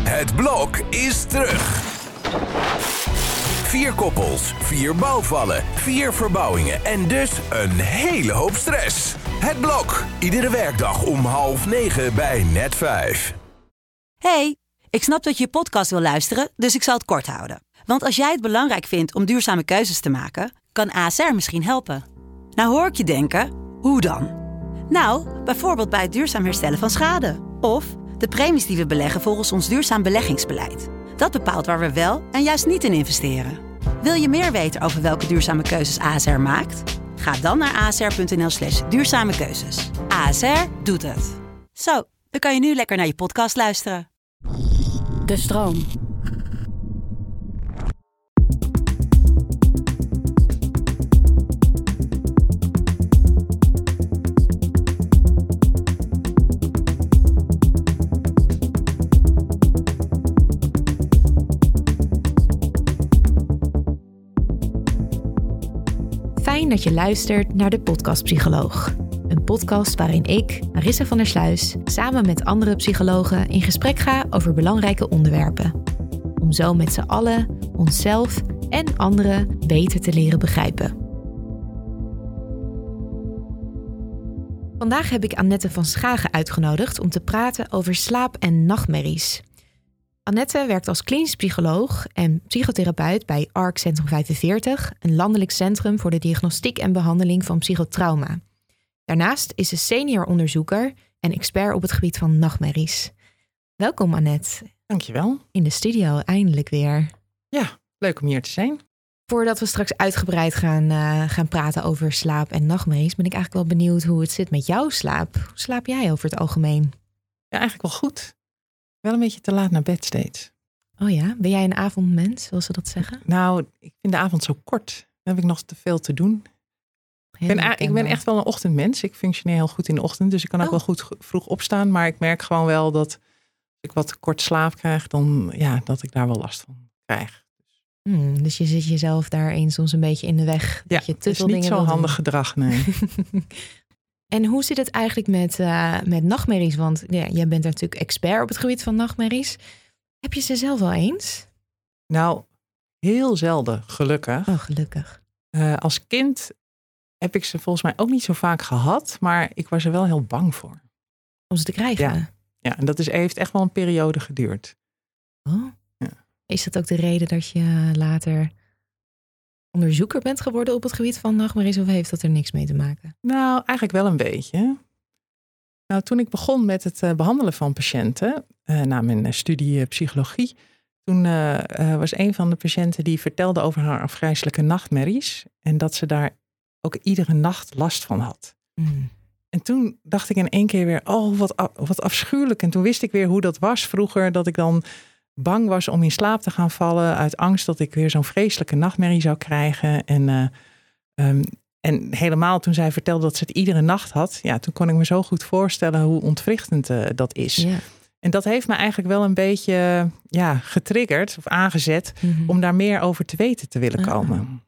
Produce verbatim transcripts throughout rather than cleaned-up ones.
Het blok is terug. Vier koppels, vier bouwvallen, vier verbouwingen en dus een hele hoop stress. Het blok, iedere werkdag om half negen bij Net vijf. Hey, ik snap dat je je podcast wil luisteren, dus ik zal het kort houden. Want als jij het belangrijk vindt om duurzame keuzes te maken, kan A S R misschien helpen. Nou hoor ik je denken, hoe dan? Nou, bijvoorbeeld bij het duurzaam herstellen van schade. Of de premies die we beleggen volgens ons duurzaam beleggingsbeleid. Dat bepaalt waar we wel en juist niet in investeren. Wil je meer weten over welke duurzame keuzes A S R maakt? Ga dan naar asr.nl slash duurzame keuzes. A S R doet het. Zo, dan kan je nu lekker naar je podcast luisteren. De stroom. Fijn dat je luistert naar de Podcast Psycholoog. Een podcast waarin ik, Marissa van der Sluis, samen met andere psychologen in gesprek ga over belangrijke onderwerpen. Om zo met z'n allen, onszelf en anderen beter te leren begrijpen. Vandaag heb ik Annette van Schagen uitgenodigd om te praten over slaap- en nachtmerries. Annette werkt als klinisch psycholoog en psychotherapeut bij A R C Centrum vijfenveertig, een landelijk centrum voor de diagnostiek en behandeling van psychotrauma. Daarnaast is ze senior onderzoeker en expert op het gebied van nachtmerries. Welkom Annette. Dankjewel. In de studio, eindelijk weer. Ja, leuk om hier te zijn. Voordat we straks uitgebreid gaan, uh, gaan praten over slaap en nachtmerries, ben ik eigenlijk wel benieuwd hoe het zit met jouw slaap. Hoe slaap jij over het algemeen? Ja, eigenlijk wel goed. Wel een beetje te laat naar bed steeds. Oh ja, ben jij een avondmens, zoals ze dat zeggen? Nou, ik vind de avond zo kort. Dan heb ik nog te veel te doen. Ik ben, ik ben echt wel een ochtendmens. Ik functioneer heel goed in de ochtend. Dus ik kan ook oh. wel goed vroeg opstaan. Maar ik merk gewoon wel dat als ik wat kort slaap krijg, dan ja, dat ik daar wel last van krijg. Hmm, dus je zit jezelf daarin soms een beetje in de weg. Ja, dat je het is niet zo handig gedrag, nee. En hoe zit het eigenlijk met, uh, met nachtmerries? Want ja, jij bent natuurlijk expert op het gebied van nachtmerries. Heb je ze zelf wel eens? Nou, heel zelden, gelukkig. Oh, gelukkig. Uh, als kind heb ik ze volgens mij ook niet zo vaak gehad. Maar ik was er wel heel bang voor. Om ze te krijgen? Ja, ja en dat is, heeft echt wel een periode geduurd. Oh. Ja. Is dat ook de reden dat je later onderzoeker bent geworden op het gebied van nachtmerries, of heeft dat er niks mee te maken? Nou, eigenlijk wel een beetje. Nou, toen ik begon met het uh, behandelen van patiënten, uh, na mijn uh, studie uh, psychologie, toen uh, uh, was een van de patiënten die vertelde over haar afgrijselijke nachtmerries en dat ze daar ook iedere nacht last van had. Mm. En toen dacht ik in één keer weer, oh, wat, wat afschuwelijk. En toen wist ik weer hoe dat was vroeger, dat ik dan bang was om in slaap te gaan vallen uit angst dat ik weer zo'n vreselijke nachtmerrie zou krijgen. En, uh, um, en helemaal toen zij vertelde dat ze het iedere nacht had, ja, toen kon ik me zo goed voorstellen hoe ontwrichtend uh, dat is. Yeah. En dat heeft me eigenlijk wel een beetje ja, getriggerd of aangezet mm-hmm. om daar meer over te weten te willen komen. Uh-huh.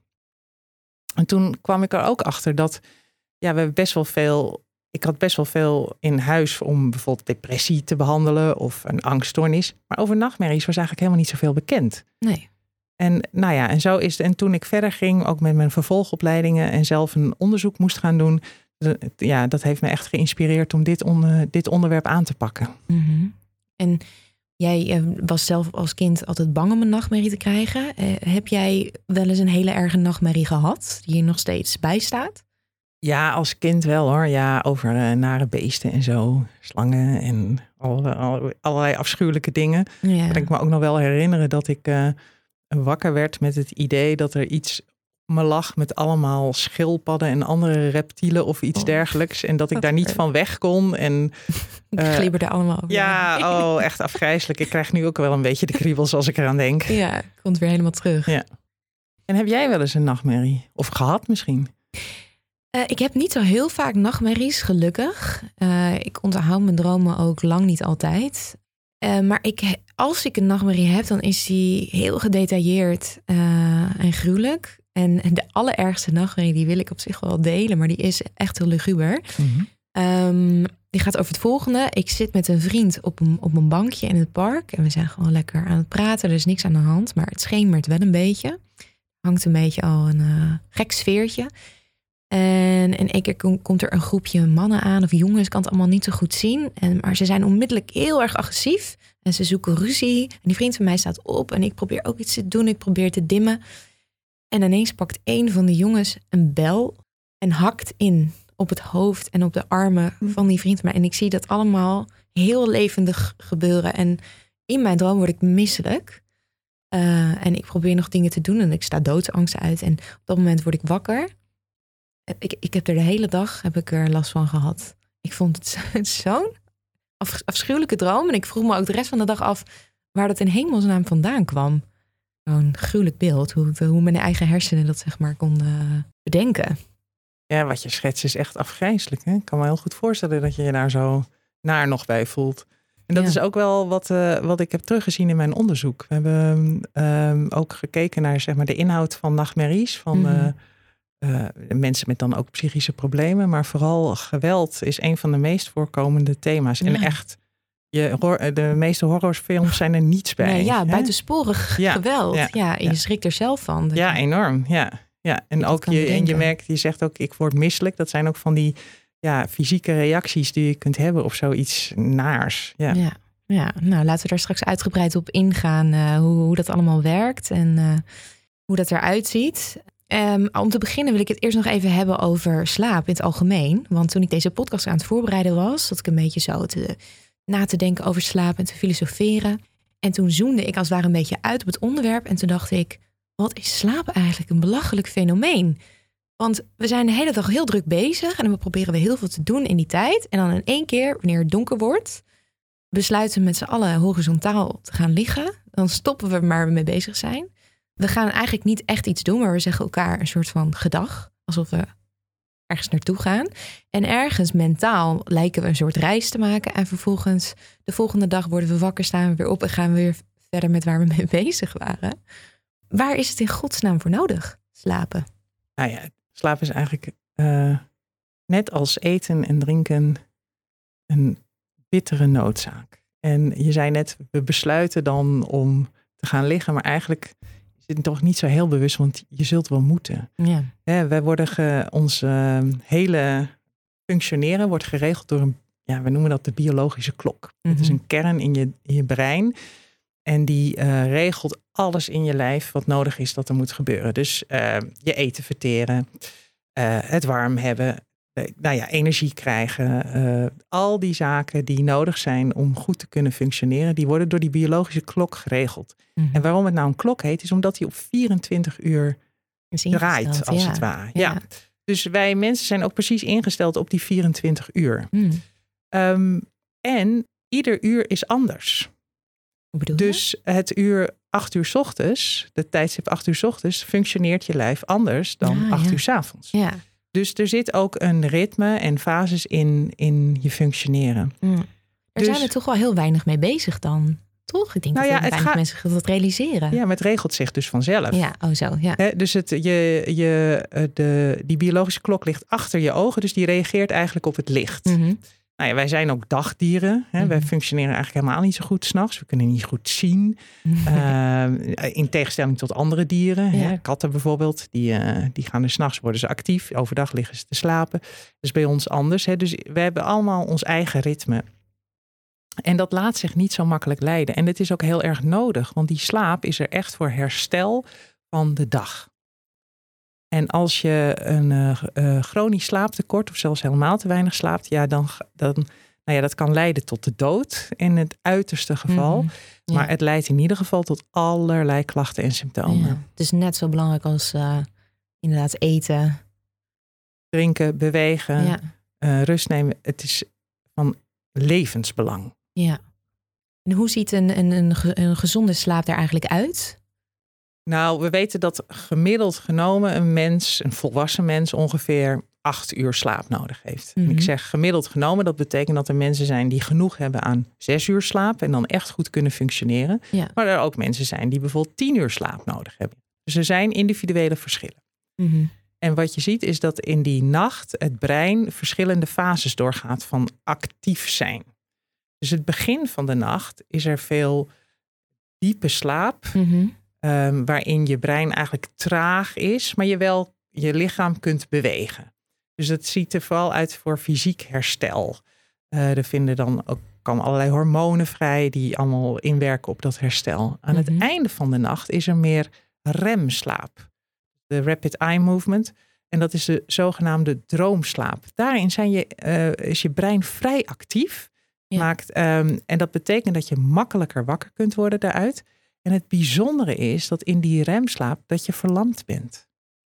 En toen kwam ik er ook achter dat ja, we best wel veel. Ik had best wel veel in huis om bijvoorbeeld depressie te behandelen of een angststoornis. Maar over nachtmerries was eigenlijk helemaal niet zoveel bekend. Nee. En nou ja, en zo is het. En toen ik verder ging, ook met mijn vervolgopleidingen en zelf een onderzoek moest gaan doen. Ja, dat heeft me echt geïnspireerd om dit, on, dit onderwerp aan te pakken. Mm-hmm. En jij was zelf als kind altijd bang om een nachtmerrie te krijgen. Uh, heb jij wel eens een hele erge nachtmerrie gehad die je nog steeds bijstaat? Ja, als kind wel hoor. Ja, over uh, nare beesten en zo. Slangen en alle, alle, allerlei afschuwelijke dingen. Ja. Kan ik me ook nog wel herinneren dat ik uh, wakker werd met het idee dat er iets me lag met allemaal schildpadden en andere reptielen of iets oh. dergelijks. En dat ik daar niet van weg kon. En uh, glibberde allemaal over. Ja, oh, echt afgrijselijk. Ik krijg nu ook wel een beetje de kriebels als ik eraan denk. Ja, komt weer helemaal terug. Ja. En heb jij wel eens een nachtmerrie? Of gehad misschien? Uh, ik heb niet zo heel vaak nachtmerries, gelukkig. Uh, ik onthoud mijn dromen ook lang niet altijd. Uh, maar ik, als ik een nachtmerrie heb, dan is die heel gedetailleerd uh, en gruwelijk. En de allerergste nachtmerrie, die wil ik op zich wel delen, maar die is echt heel luguber. Mm-hmm. Um, die gaat over het volgende. Ik zit met een vriend op een, op een bankje in het park. En we zijn gewoon lekker aan het praten. Er is niks aan de hand. Maar het schemert wel een beetje. Hangt een beetje al een uh, gek sfeertje. En in één keer kom, komt er een groepje mannen aan. Of jongens, ik kan het allemaal niet zo goed zien. En, maar ze zijn onmiddellijk heel erg agressief. En ze zoeken ruzie. En die vriend van mij staat op. En ik probeer ook iets te doen. Ik probeer te dimmen. En ineens pakt een van de jongens een bel. En hakt in op het hoofd en op de armen van die vriend van mij. En ik zie dat allemaal heel levendig gebeuren. En in mijn droom word ik misselijk. Uh, en ik probeer nog dingen te doen. En ik sta doodsangst uit. En op dat moment word ik wakker. Ik, ik heb er de hele dag heb ik er last van gehad. Ik vond het zo'n af, afschuwelijke droom. En ik vroeg me ook de rest van de dag af waar dat in hemelsnaam vandaan kwam. Zo'n gruwelijk beeld. Hoe, hoe mijn eigen hersenen dat zeg maar konden bedenken. Ja, wat je schetst is echt afgrijselijk. Hè? Ik kan me heel goed voorstellen dat je je daar zo naar nog bij voelt. En dat ja. is ook wel wat, uh, wat ik heb teruggezien in mijn onderzoek. We hebben um, ook gekeken naar zeg maar, de inhoud van nachtmerries. Van mm-hmm. uh, uh, mensen met dan ook psychische problemen. Maar vooral geweld is een van de meest voorkomende thema's. Ja. En echt, je, de meeste horrorfilms zijn er niets bij. Nee, ja, hè? buitensporig ja. geweld. Ja, ja je ja. schrikt er zelf van. Ja, enorm. Ja. Ja, en ook je, en je merkt, je zegt ook, ik word misselijk. Dat zijn ook van die ja, fysieke reacties die je kunt hebben op zoiets naars. Ja, ja, ja. Nou laten we daar straks uitgebreid op ingaan. Uh, hoe, hoe dat allemaal werkt en uh, hoe dat eruit ziet. Um, om te beginnen wil ik het eerst nog even hebben over slaap in het algemeen. Want toen ik deze podcast aan het voorbereiden was, zat ik een beetje zo te, na te denken over slaap en te filosoferen. En toen zoomde ik als het ware een beetje uit op het onderwerp. En toen dacht ik, wat is slaap eigenlijk een belachelijk fenomeen? Want we zijn de hele dag heel druk bezig en dan proberen we heel veel te doen in die tijd. En dan in één keer, wanneer het donker wordt, besluiten we met z'n allen horizontaal te gaan liggen. Dan stoppen we maar mee bezig zijn. We gaan eigenlijk niet echt iets doen, maar we zeggen elkaar een soort van gedag. Alsof we ergens naartoe gaan. En ergens mentaal lijken we een soort reis te maken. En vervolgens de volgende dag worden we wakker, staan we weer op en gaan we weer verder met waar we mee bezig waren. Waar is het in godsnaam voor nodig, slapen? Nou ja, slaap is eigenlijk uh, net als eten en drinken een bittere noodzaak. En je zei net, we besluiten dan om te gaan liggen, maar eigenlijk is het toch niet zo heel bewust, want je zult wel moeten. Ja. Hè, wij worden ge, ons uh, hele functioneren wordt geregeld door een, ja, we noemen dat de biologische klok. Mm-hmm. Het is een kern in je, in je brein. En die uh, regelt alles in je lijf wat nodig is dat er moet gebeuren. Dus uh, je eten verteren, uh, het warm hebben, uh, nou ja, energie krijgen. Uh, al die zaken die nodig zijn om goed te kunnen functioneren, die worden door die biologische klok geregeld. Mm-hmm. En waarom het nou een klok heet, is omdat die op vierentwintig uur draait, als ja. het ware. Ja. Ja. Dus wij mensen zijn ook precies ingesteld op die vierentwintig uur. Mm. Um, en ieder uur is anders. Dus het uur acht uur 's ochtends, de tijdstip acht uur 's ochtends, functioneert je lijf anders dan ja, acht ja. uur 's avonds. Ja. Dus er zit ook een ritme en fases in, in je functioneren. Mm. Daar dus, zijn we toch wel heel weinig mee bezig dan, toch? Ik denk nou dat ja, weinig gaat, mensen dat realiseren. Ja, maar het regelt zich dus vanzelf. Ja, oh zo, ja. He, dus het, je, je, de, die biologische klok ligt achter je ogen, dus die reageert eigenlijk op het licht. Mm-hmm. Nou ja, wij zijn ook dagdieren. Hè? Mm-hmm. Wij functioneren eigenlijk helemaal niet zo goed 's nachts. We kunnen niet goed zien. Mm-hmm. Uh, in tegenstelling tot andere dieren. Ja. Hè? Katten bijvoorbeeld. Die, uh, die gaan dus 's nachts worden ze actief. Overdag liggen ze te slapen. Dat is bij ons anders. Hè? Dus we hebben allemaal ons eigen ritme. En dat laat zich niet zo makkelijk leiden. En het is ook heel erg nodig. Want die slaap is er echt voor herstel van de dag. En als je een uh, uh, chronisch slaaptekort of zelfs helemaal te weinig slaapt, ja, dan, dan nou ja, dat kan leiden tot de dood in het uiterste geval. Mm-hmm. Ja. Maar het leidt in ieder geval tot allerlei klachten en symptomen. Ja, het is net zo belangrijk als uh, inderdaad eten. Drinken, bewegen, ja. uh, rust nemen. Het is van levensbelang. Ja. En hoe ziet een, een, een, een gezonde slaap er eigenlijk uit? Nou, we weten dat gemiddeld genomen een mens, een volwassen mens, ongeveer acht uur slaap nodig heeft. Mm-hmm. En ik zeg gemiddeld genomen, dat betekent dat er mensen zijn die genoeg hebben aan zes uur slaap en dan echt goed kunnen functioneren. Ja. Maar er ook mensen zijn die bijvoorbeeld tien uur slaap nodig hebben. Dus er zijn individuele verschillen. Mm-hmm. En wat je ziet is dat in die nacht het brein verschillende fases doorgaat van actief zijn. Dus het begin van de nacht is er veel diepe slaap. Mm-hmm. Um, waarin je brein eigenlijk traag is, maar je wel je lichaam kunt bewegen. Dus dat ziet er vooral uit voor fysiek herstel. Uh, er vinden dan ook komen allerlei hormonen vrij die allemaal inwerken op dat herstel. Aan mm-hmm. het einde van de nacht is er meer remslaap. De rapid eye movement. En dat is de zogenaamde droomslaap. Daarin zijn je, uh, is je brein vrij actief. Ja. Maakt, um, en dat betekent dat je makkelijker wakker kunt worden daaruit. En het bijzondere is dat in die remslaap dat je verlamd bent.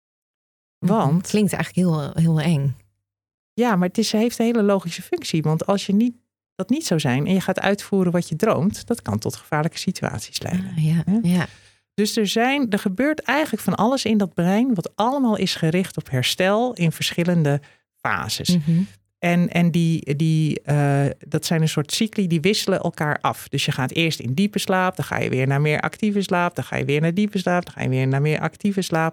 Want het klinkt eigenlijk heel, heel eng. Ja, maar het is, heeft een hele logische functie. Want als je niet, dat niet zou zijn en je gaat uitvoeren wat je droomt, dat kan tot gevaarlijke situaties leiden. Ah, ja, ja. Dus er, zijn, er gebeurt eigenlijk van alles in dat brein, wat allemaal is gericht op herstel in verschillende fases. Mm-hmm. En, en die, die, uh, dat zijn een soort cycli die wisselen elkaar af. Dus je gaat eerst in diepe slaap, dan ga je weer naar meer actieve slaap, dan ga je weer naar diepe slaap, dan ga je weer naar meer actieve slaap.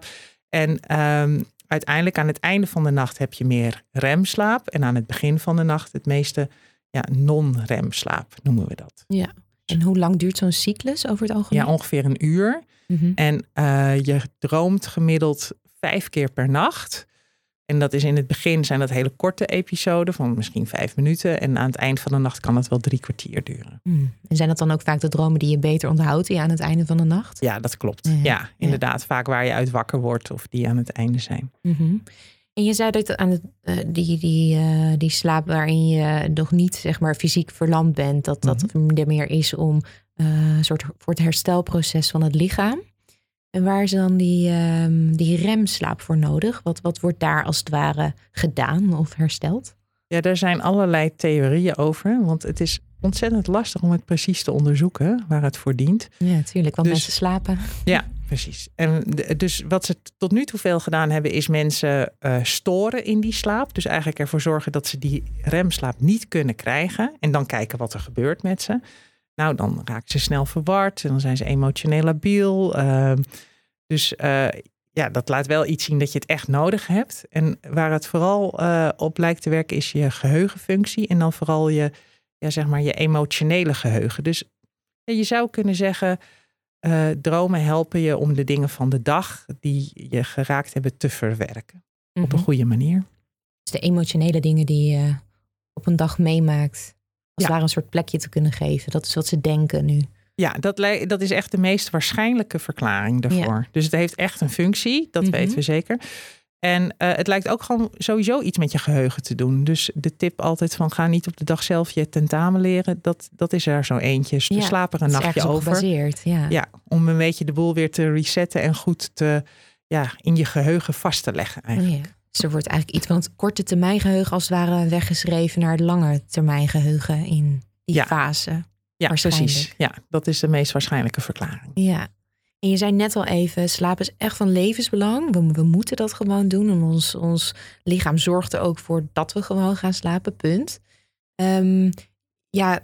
En um, uiteindelijk aan het einde van de nacht heb je meer remslaap en aan het begin van de nacht het meeste ja, non-remslaap noemen we dat. Ja. En hoe lang duurt zo'n cyclus over het algemeen? Ja, ongeveer een uur. Mm-hmm. En uh, je droomt gemiddeld vijf keer per nacht. En dat is in het begin zijn dat hele korte episoden van misschien vijf minuten. En aan het eind van de nacht kan het wel drie kwartier duren. Mm. En zijn dat dan ook vaak de dromen die je beter onthoudt die aan het einde van de nacht? Ja, dat klopt. Ja, ja inderdaad. Ja. Vaak waar je uit wakker wordt of die aan het einde zijn. Mm-hmm. En je zei dat aan het, uh, die, die, uh, die slaap waarin je nog niet zeg maar fysiek verlamd bent, dat dat mm-hmm. er meer is om uh, soort voor het herstelproces van het lichaam. En waar is dan die, um, die remslaap voor nodig? Wat, wat wordt daar als het ware gedaan of hersteld? Ja, daar zijn allerlei theorieën over. Want het is ontzettend lastig om het precies te onderzoeken waar het voor dient. Ja, natuurlijk. Want dus, mensen slapen. Ja, precies. En dus wat ze tot nu toe veel gedaan hebben, is mensen uh, storen in die slaap. Dus eigenlijk ervoor zorgen dat ze die remslaap niet kunnen krijgen. En dan kijken wat er gebeurt met ze. Nou, dan raken ze snel verward. En dan zijn ze emotioneel labiel. Uh, dus uh, ja, dat laat wel iets zien dat je het echt nodig hebt. En waar het vooral uh, op lijkt te werken is je geheugenfunctie. En dan vooral je, ja, zeg maar je emotionele geheugen. Dus ja, je zou kunnen zeggen, uh, dromen helpen je om de dingen van de dag die je geraakt hebben te verwerken. Mm-hmm. Op een goede manier. Dus de emotionele dingen die je op een dag meemaakt, als ja. daar een soort plekje te kunnen geven. Dat is wat ze denken nu. Ja, dat, dat is echt de meest waarschijnlijke verklaring daarvoor. Ja. Dus het heeft echt een functie, dat mm-hmm. weten we zeker. En uh, het lijkt ook gewoon sowieso iets met je geheugen te doen. Dus de tip altijd van ga niet op de dag zelf je tentamen leren. Dat, dat is er zo eentje. Dus ja, slaap er een nachtje over. Gebaseerd, ja. ja, om een beetje de boel weer te resetten en goed te, ja, in je geheugen vast te leggen eigenlijk. Ja. Dus er wordt eigenlijk iets van het korte termijn geheugen als het ware weggeschreven naar het lange termijn geheugen in die ja. fase. Ja, precies. Ja, dat is de meest waarschijnlijke verklaring. Ja. En je zei net al even, slaap is echt van levensbelang. We, we moeten dat gewoon doen. En ons, ons lichaam zorgt er ook voor dat we gewoon gaan slapen, punt. Um, ja,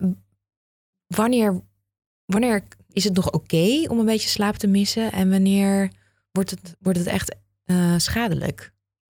wanneer, wanneer is het nog oké okay om een beetje slaap te missen? En wanneer wordt het, wordt het echt uh, schadelijk?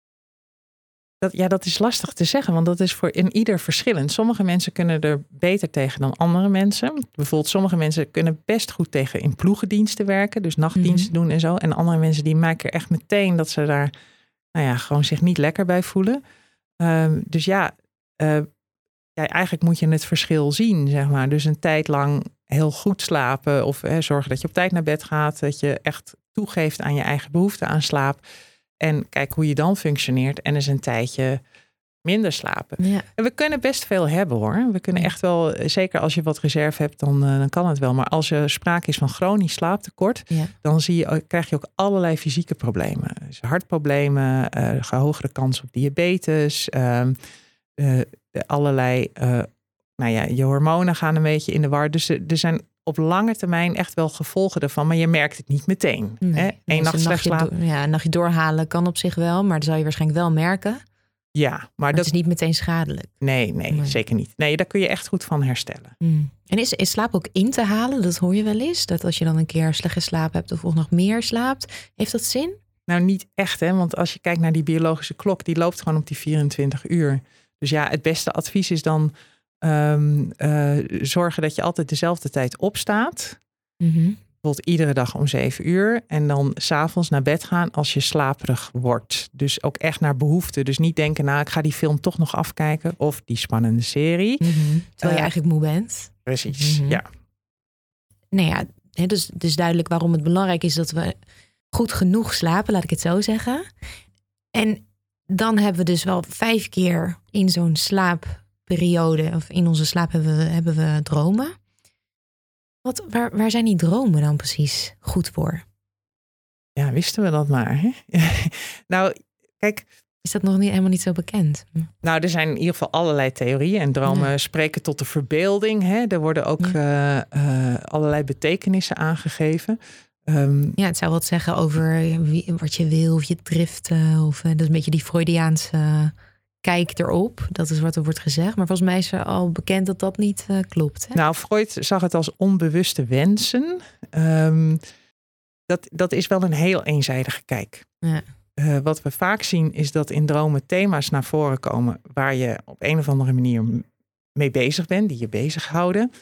Dat, ja, dat is lastig te zeggen, want dat is voor in ieder verschillend. Sommige mensen kunnen er beter tegen dan andere mensen. Bijvoorbeeld sommige mensen kunnen best goed tegen in ploegendiensten werken. Dus nachtdiensten mm-hmm. doen en zo. En andere mensen die merken echt meteen dat ze daar nou ja, gewoon zich niet lekker bij voelen. Um, dus ja, uh, ja, eigenlijk moet je het verschil zien, zeg maar. Dus een tijd lang heel goed slapen of hè, zorgen dat je op tijd naar bed gaat. Dat je echt toegeeft aan je eigen behoefte aan slaap. En kijk hoe je dan functioneert. En eens een tijdje minder slapen. Ja. En we kunnen best veel hebben hoor. We kunnen echt wel, zeker als je wat reserve hebt, dan, uh, dan kan het wel. Maar als er sprake is van chronisch slaaptekort, ja. dan zie je, krijg je ook allerlei fysieke problemen. Dus hartproblemen, uh, hogere kans op diabetes, uh, uh, allerlei, uh, nou ja, je hormonen gaan een beetje in de war. Dus er, er zijn op lange termijn echt wel gevolgen ervan, maar je merkt het niet meteen. Nee, hè? Eén nacht slecht slapen. Do- ja, een nachtje doorhalen kan op zich wel, maar dat zal je waarschijnlijk wel merken. Ja, maar, maar dat is niet meteen schadelijk. Nee, nee, nee, zeker niet. Nee, daar kun je echt goed van herstellen. Mm. En is, is slaap ook in te halen? Dat hoor je wel eens. Dat als je dan een keer slecht geslapen hebt of nog meer slaapt, heeft dat zin? Nou, niet echt, hè? Want als je kijkt naar die biologische klok, die loopt gewoon op die vierentwintig uur. Dus ja, het beste advies is dan um, uh, zorgen dat je altijd dezelfde tijd opstaat. Mm-hmm. Bijvoorbeeld iedere dag om zeven uur. En dan 's avonds naar bed gaan als je slaperig wordt. Dus ook echt naar behoefte. Dus niet denken, nou, ik ga die film toch nog afkijken. Of die spannende serie. Mm-hmm. Terwijl je Uh, eigenlijk moe bent. Precies, Mm-hmm. ja. Nou ja, het is dus duidelijk waarom het belangrijk is dat we goed genoeg slapen, laat ik het zo zeggen. En dan hebben we dus wel vijf keer in zo'n slaapperiode, of in onze slaap hebben we, hebben we dromen. Wat, waar, waar zijn die dromen dan precies goed voor? Ja, wisten we dat maar. Hè? Nou, kijk. Is dat nog niet, helemaal niet zo bekend? Nou, er zijn in ieder geval allerlei theorieën. En dromen ja. spreken tot de verbeelding. Hè? Er worden ook ja. uh, uh, allerlei betekenissen aangegeven. Um, ja, het zou wat zeggen over wie, wat je wil, of je driften. Of, uh, dat is een beetje die Freudiaanse uh, kijk erop. Dat is wat er wordt gezegd. Maar volgens mij is er al bekend dat dat niet uh, klopt. Hè? Nou, Freud zag het als onbewuste wensen. Um, dat, dat is wel een heel eenzijdige kijk. Ja. Uh, wat we vaak zien is dat in dromen thema's naar voren komen waar je op een of andere manier mee bezig bent, die je bezighouden.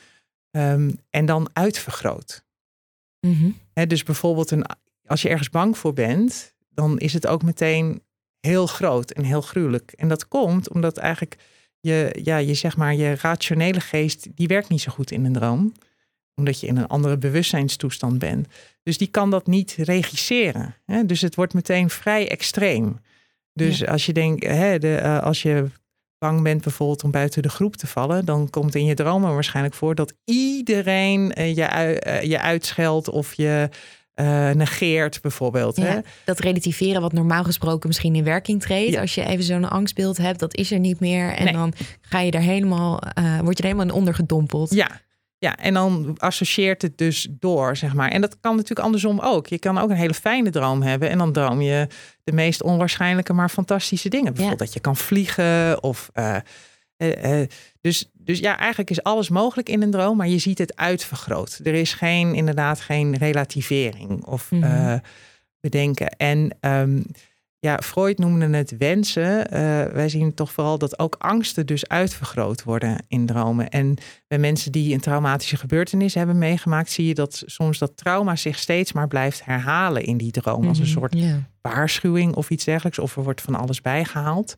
Um, en dan uitvergroot. Mm-hmm. He, dus bijvoorbeeld een, als je ergens bang voor bent, dan is het ook meteen heel groot en heel gruwelijk. En dat komt omdat eigenlijk je, ja, je, zeg maar, je rationele geest, die werkt niet zo goed in een droom. Omdat je in een andere bewustzijnstoestand bent. Dus die kan dat niet regisseren. Hè? Dus het wordt meteen vrij extreem. Dus ja. als je denkt, hè, de, uh, als je bang bent bijvoorbeeld om buiten de groep te vallen, dan komt in je dromen waarschijnlijk voor dat iedereen uh, je, uh, je uitscheldt of je uh, negeert bijvoorbeeld. Ja, hè? Dat relativeren wat normaal gesproken misschien in werking treedt. Ja. Als je even zo'n angstbeeld hebt, dat is er niet meer. En nee. dan ga je er helemaal, uh, word je er helemaal in ondergedompeld. Ja. Ja, en dan associeert het dus door, zeg maar. En dat kan natuurlijk andersom ook. Je kan ook een hele fijne droom hebben en dan droom je de meest onwaarschijnlijke, maar fantastische dingen. Bijvoorbeeld ja. dat je kan vliegen of... Uh, uh, uh, dus, dus ja, eigenlijk is alles mogelijk in een droom, maar je ziet het uitvergroot. Er is geen, inderdaad geen relativering of mm-hmm. uh, bedenken. En... Um, Ja, Freud noemde het wensen. Uh, wij zien toch vooral dat ook angsten dus uitvergroot worden in dromen. En bij mensen die een traumatische gebeurtenis hebben meegemaakt, zie je dat soms dat trauma zich steeds maar blijft herhalen in die droom. Mm-hmm, als een soort yeah. waarschuwing of iets dergelijks. Of er wordt van alles bijgehaald.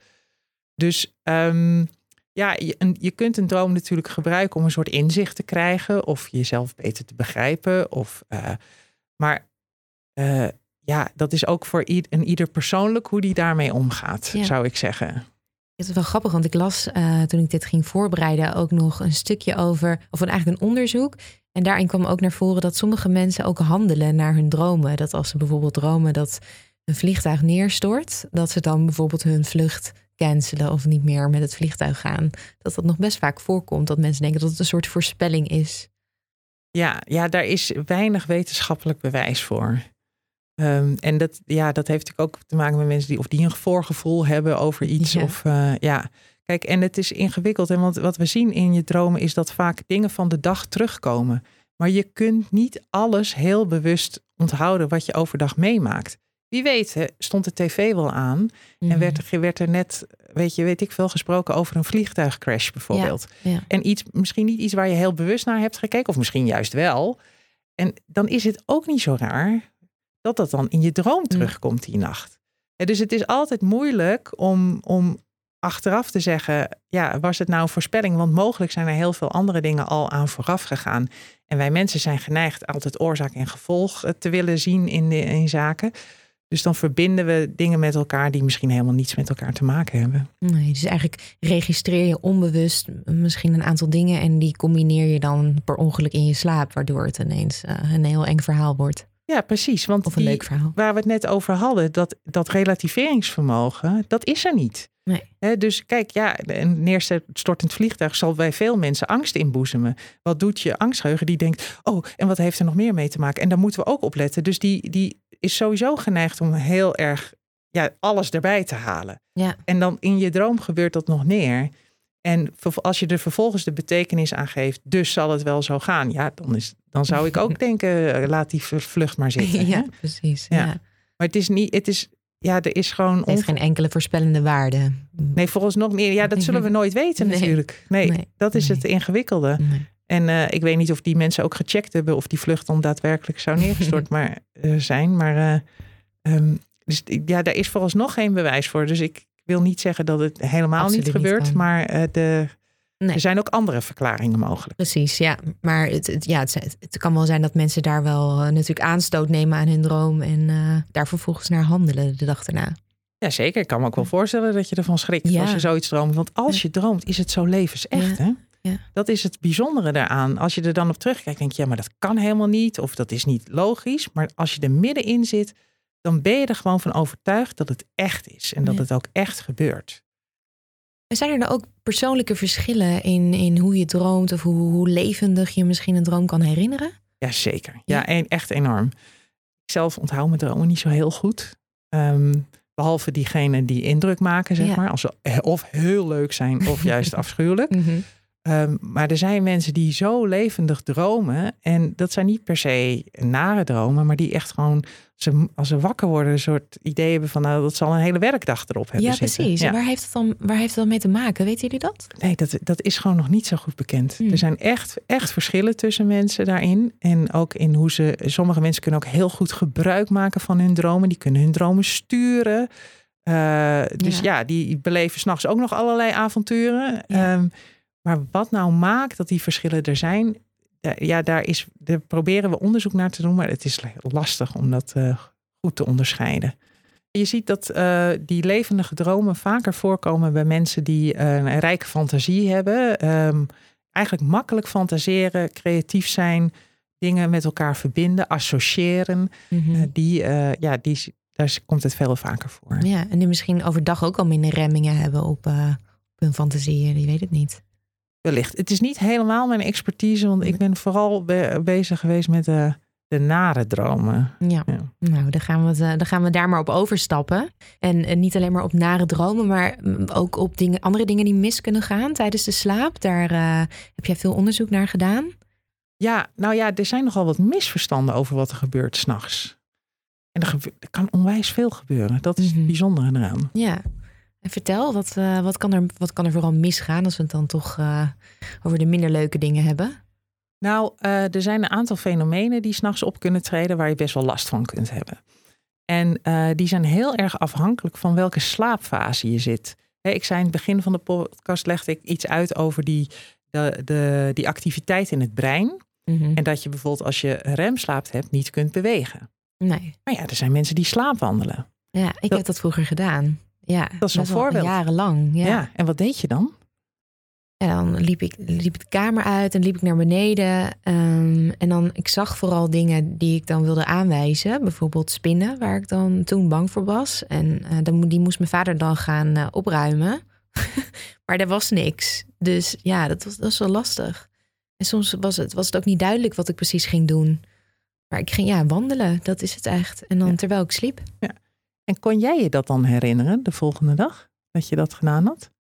Dus um, ja, je, je kunt een droom natuurlijk gebruiken om een soort inzicht te krijgen. Of jezelf beter te begrijpen. Of, uh, maar... Uh, Ja, dat is ook voor een ieder persoonlijk hoe die daarmee omgaat, ja. zou ik zeggen. Het is wel grappig, want ik las uh, toen ik dit ging voorbereiden ook nog een stukje over, of een, eigenlijk een onderzoek. En daarin kwam ook naar voren dat sommige mensen ook handelen naar hun dromen. Dat als ze bijvoorbeeld dromen dat een vliegtuig neerstort, dat ze dan bijvoorbeeld hun vlucht cancelen of niet meer met het vliegtuig gaan. Dat dat nog best vaak voorkomt, dat mensen denken dat het een soort voorspelling is. Ja, ja, daar is weinig wetenschappelijk bewijs voor. Um, en dat, ja, dat heeft natuurlijk ook te maken met mensen die of die een voorgevoel hebben over iets. Ja. Of, uh, ja. Kijk, en het is ingewikkeld. Hè, want wat we zien in je dromen is dat vaak dingen van de dag terugkomen. Maar je kunt niet alles heel bewust onthouden wat je overdag meemaakt. Wie weet, hè, stond de tv wel aan mm-hmm. en werd er, werd er net, weet je, weet ik veel, gesproken over een vliegtuigcrash bijvoorbeeld. Ja, ja. En iets, misschien niet iets waar je heel bewust naar hebt gekeken, of misschien juist wel. En dan is het ook niet zo raar dat dat dan in je droom terugkomt die nacht. Ja, dus het is altijd moeilijk om, om achteraf te zeggen, ja, was het nou een voorspelling? Want mogelijk zijn er heel veel andere dingen al aan vooraf gegaan. En wij mensen zijn geneigd altijd oorzaak en gevolg te willen zien in, de, in zaken. Dus dan verbinden we dingen met elkaar die misschien helemaal niets met elkaar te maken hebben. Nee, dus eigenlijk registreer je onbewust misschien een aantal dingen en die combineer je dan per ongeluk in je slaap, waardoor het ineens uh, een heel eng verhaal wordt. Ja, precies. Want of een die, leuk verhaal. Waar we het net over hadden, dat, dat relativeringsvermogen, dat is er niet. Nee. He, dus kijk, ja, een neerstortend vliegtuig zal bij veel mensen angst inboezemen. Wat doet je angstgeheugen? Die denkt, oh, en wat heeft er nog meer mee te maken? En daar moeten we ook op letten. Dus die, die is sowieso geneigd om heel erg ja, alles erbij te halen. Ja. En dan in je droom gebeurt dat nog meer. En als je er vervolgens de betekenis aan geeft, dus zal het wel zo gaan. Ja, dan, is, dan zou ik ook denken, laat die vlucht maar zitten. Ja, precies. Ja. Ja. Maar het is niet, het is, ja, er is gewoon... Het heeft on... geen enkele voorspellende waarde. Nee, vooralsnog niet. Ja, dat zullen we nooit weten nee. natuurlijk. Nee, nee. dat is nee. het ingewikkelde. Nee. En uh, ik weet niet of die mensen ook gecheckt hebben of die vlucht dan daadwerkelijk zou neergestort maar, uh, zijn. Maar uh, um, dus, ja, daar is vooralsnog geen bewijs voor. Dus ik wil niet zeggen dat het helemaal Absoluut niet gebeurt. Niet maar uh, de, nee. er zijn ook andere verklaringen mogelijk. Precies, ja. Maar het, het, ja, het, het kan wel zijn dat mensen daar wel uh, natuurlijk aanstoot nemen aan hun droom. En uh, daar vervolgens naar handelen de dag erna. Ja, zeker. Ik kan me ook wel voorstellen dat je ervan schrikt ja. als je zoiets droomt. Want als je droomt, is het zo levensecht, ja. hè? Ja. Dat is het bijzondere daaraan. Als je er dan op terugkijkt, denk je, ja, maar dat kan helemaal niet. Of dat is niet logisch. Maar als je er middenin zit, dan ben je er gewoon van overtuigd dat het echt is. En dat ja. het ook echt gebeurt. Zijn er dan ook persoonlijke verschillen in, in hoe je droomt? Of hoe, hoe levendig je misschien een droom kan herinneren? Jazeker. Ja, ja, echt enorm. Ik zelf onthoud mijn dromen niet zo heel goed. Um, behalve diegenen die indruk maken, zeg ja. maar. Als ze of heel leuk zijn of juist afschuwelijk. Mm-hmm. Um, maar er zijn mensen die zo levendig dromen. En dat zijn niet per se nare dromen. Maar die echt gewoon, ze, als ze wakker worden, een soort idee hebben van, nou, dat zal een hele werkdag erop hebben ja, zitten. Precies. Ja, precies. Waar heeft het dan, waar heeft het dan mee te maken? Weten jullie dat? Nee, dat, dat is gewoon nog niet zo goed bekend. Mm. Er zijn echt, echt verschillen tussen mensen daarin. En ook in hoe ze, sommige mensen kunnen ook heel goed gebruik maken van hun dromen. Die kunnen hun dromen sturen. Uh, dus ja. ja, die beleven 's nachts ook nog allerlei avonturen. Ja. Um, Maar wat nou maakt dat die verschillen er zijn, ja, daar, is, daar proberen we onderzoek naar te doen, maar het is lastig om dat uh, goed te onderscheiden. Je ziet dat uh, die levendige dromen vaker voorkomen bij mensen die uh, een rijke fantasie hebben. Um, eigenlijk makkelijk fantaseren, creatief zijn, dingen met elkaar verbinden, associëren. Mm-hmm. Uh, die, uh, ja, die, daar komt het veel vaker voor. Ja, en die misschien overdag ook al minder remmingen hebben op, uh, op hun fantasieën, je weet het niet. Wellicht. Het is niet helemaal mijn expertise, want ik ben vooral be- bezig geweest met de, de nare dromen. Ja, ja. Nou, dan gaan, we het, dan gaan we daar maar op overstappen. En, en niet alleen maar op nare dromen, maar ook op dingen, andere dingen die mis kunnen gaan tijdens de slaap. Daar uh, heb jij veel onderzoek naar gedaan. Ja, nou ja, er zijn nogal wat misverstanden over wat er gebeurt 's nachts. En er, gebe- er kan onwijs veel gebeuren. Dat is mm-hmm. het bijzondere eraan. Ja. En vertel, wat, uh, wat, kan er, wat kan er vooral misgaan als we het dan toch uh, over de minder leuke dingen hebben? Nou, uh, er zijn een aantal fenomenen die 's nachts op kunnen treden waar je best wel last van kunt hebben. En uh, die zijn heel erg afhankelijk van welke slaapfase je zit. Hey, ik zei in het begin van de podcast, legde ik iets uit over die, de, de, die activiteit in het brein. Mm-hmm. En dat je bijvoorbeeld als je remslaap hebt niet kunt bewegen. Nee. Maar ja, er zijn mensen die slaapwandelen. Ja, ik dat, heb dat vroeger gedaan. Ja, dat is een voorbeeld. Jarenlang. Ja. ja, en wat deed je dan? En dan liep ik, liep ik de kamer uit en liep ik naar beneden. Um, en dan, ik zag vooral dingen die ik dan wilde aanwijzen. Bijvoorbeeld spinnen, waar ik dan toen bang voor was. En uh, dan, die moest mijn vader dan gaan uh, opruimen. Maar er was niks. Dus ja, dat was, dat was wel lastig. En soms was het, was het ook niet duidelijk wat ik precies ging doen. Maar ik ging ja wandelen, dat is het echt. En dan ja. terwijl ik sliep. Ja. En kon jij je dat dan herinneren de volgende dag? Dat je dat gedaan had?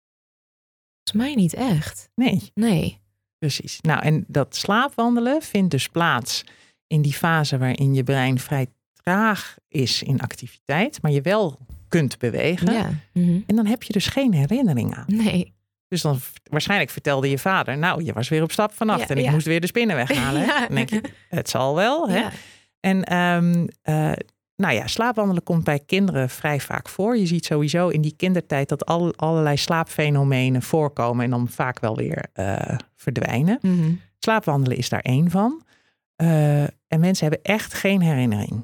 Volgens mij niet echt. Nee. Nee. Precies. Nou, en dat slaapwandelen vindt dus plaats in die fase waarin je brein vrij traag is in activiteit, maar je wel kunt bewegen. Ja. Mm-hmm. En dan heb je dus geen herinnering aan. Nee. Dus dan waarschijnlijk vertelde je vader, nou, je was weer op stap vannacht ja, en ik ja. moest weer de spinnen weghalen. Ja. Dan denk je, het zal wel. Hè? Ja. En um, uh, nou ja, slaapwandelen komt bij kinderen vrij vaak voor. Je ziet sowieso in die kindertijd dat al, allerlei slaapfenomenen voorkomen en dan vaak wel weer uh, verdwijnen. Mm-hmm. Slaapwandelen is daar één van. Uh, en mensen hebben echt geen herinnering.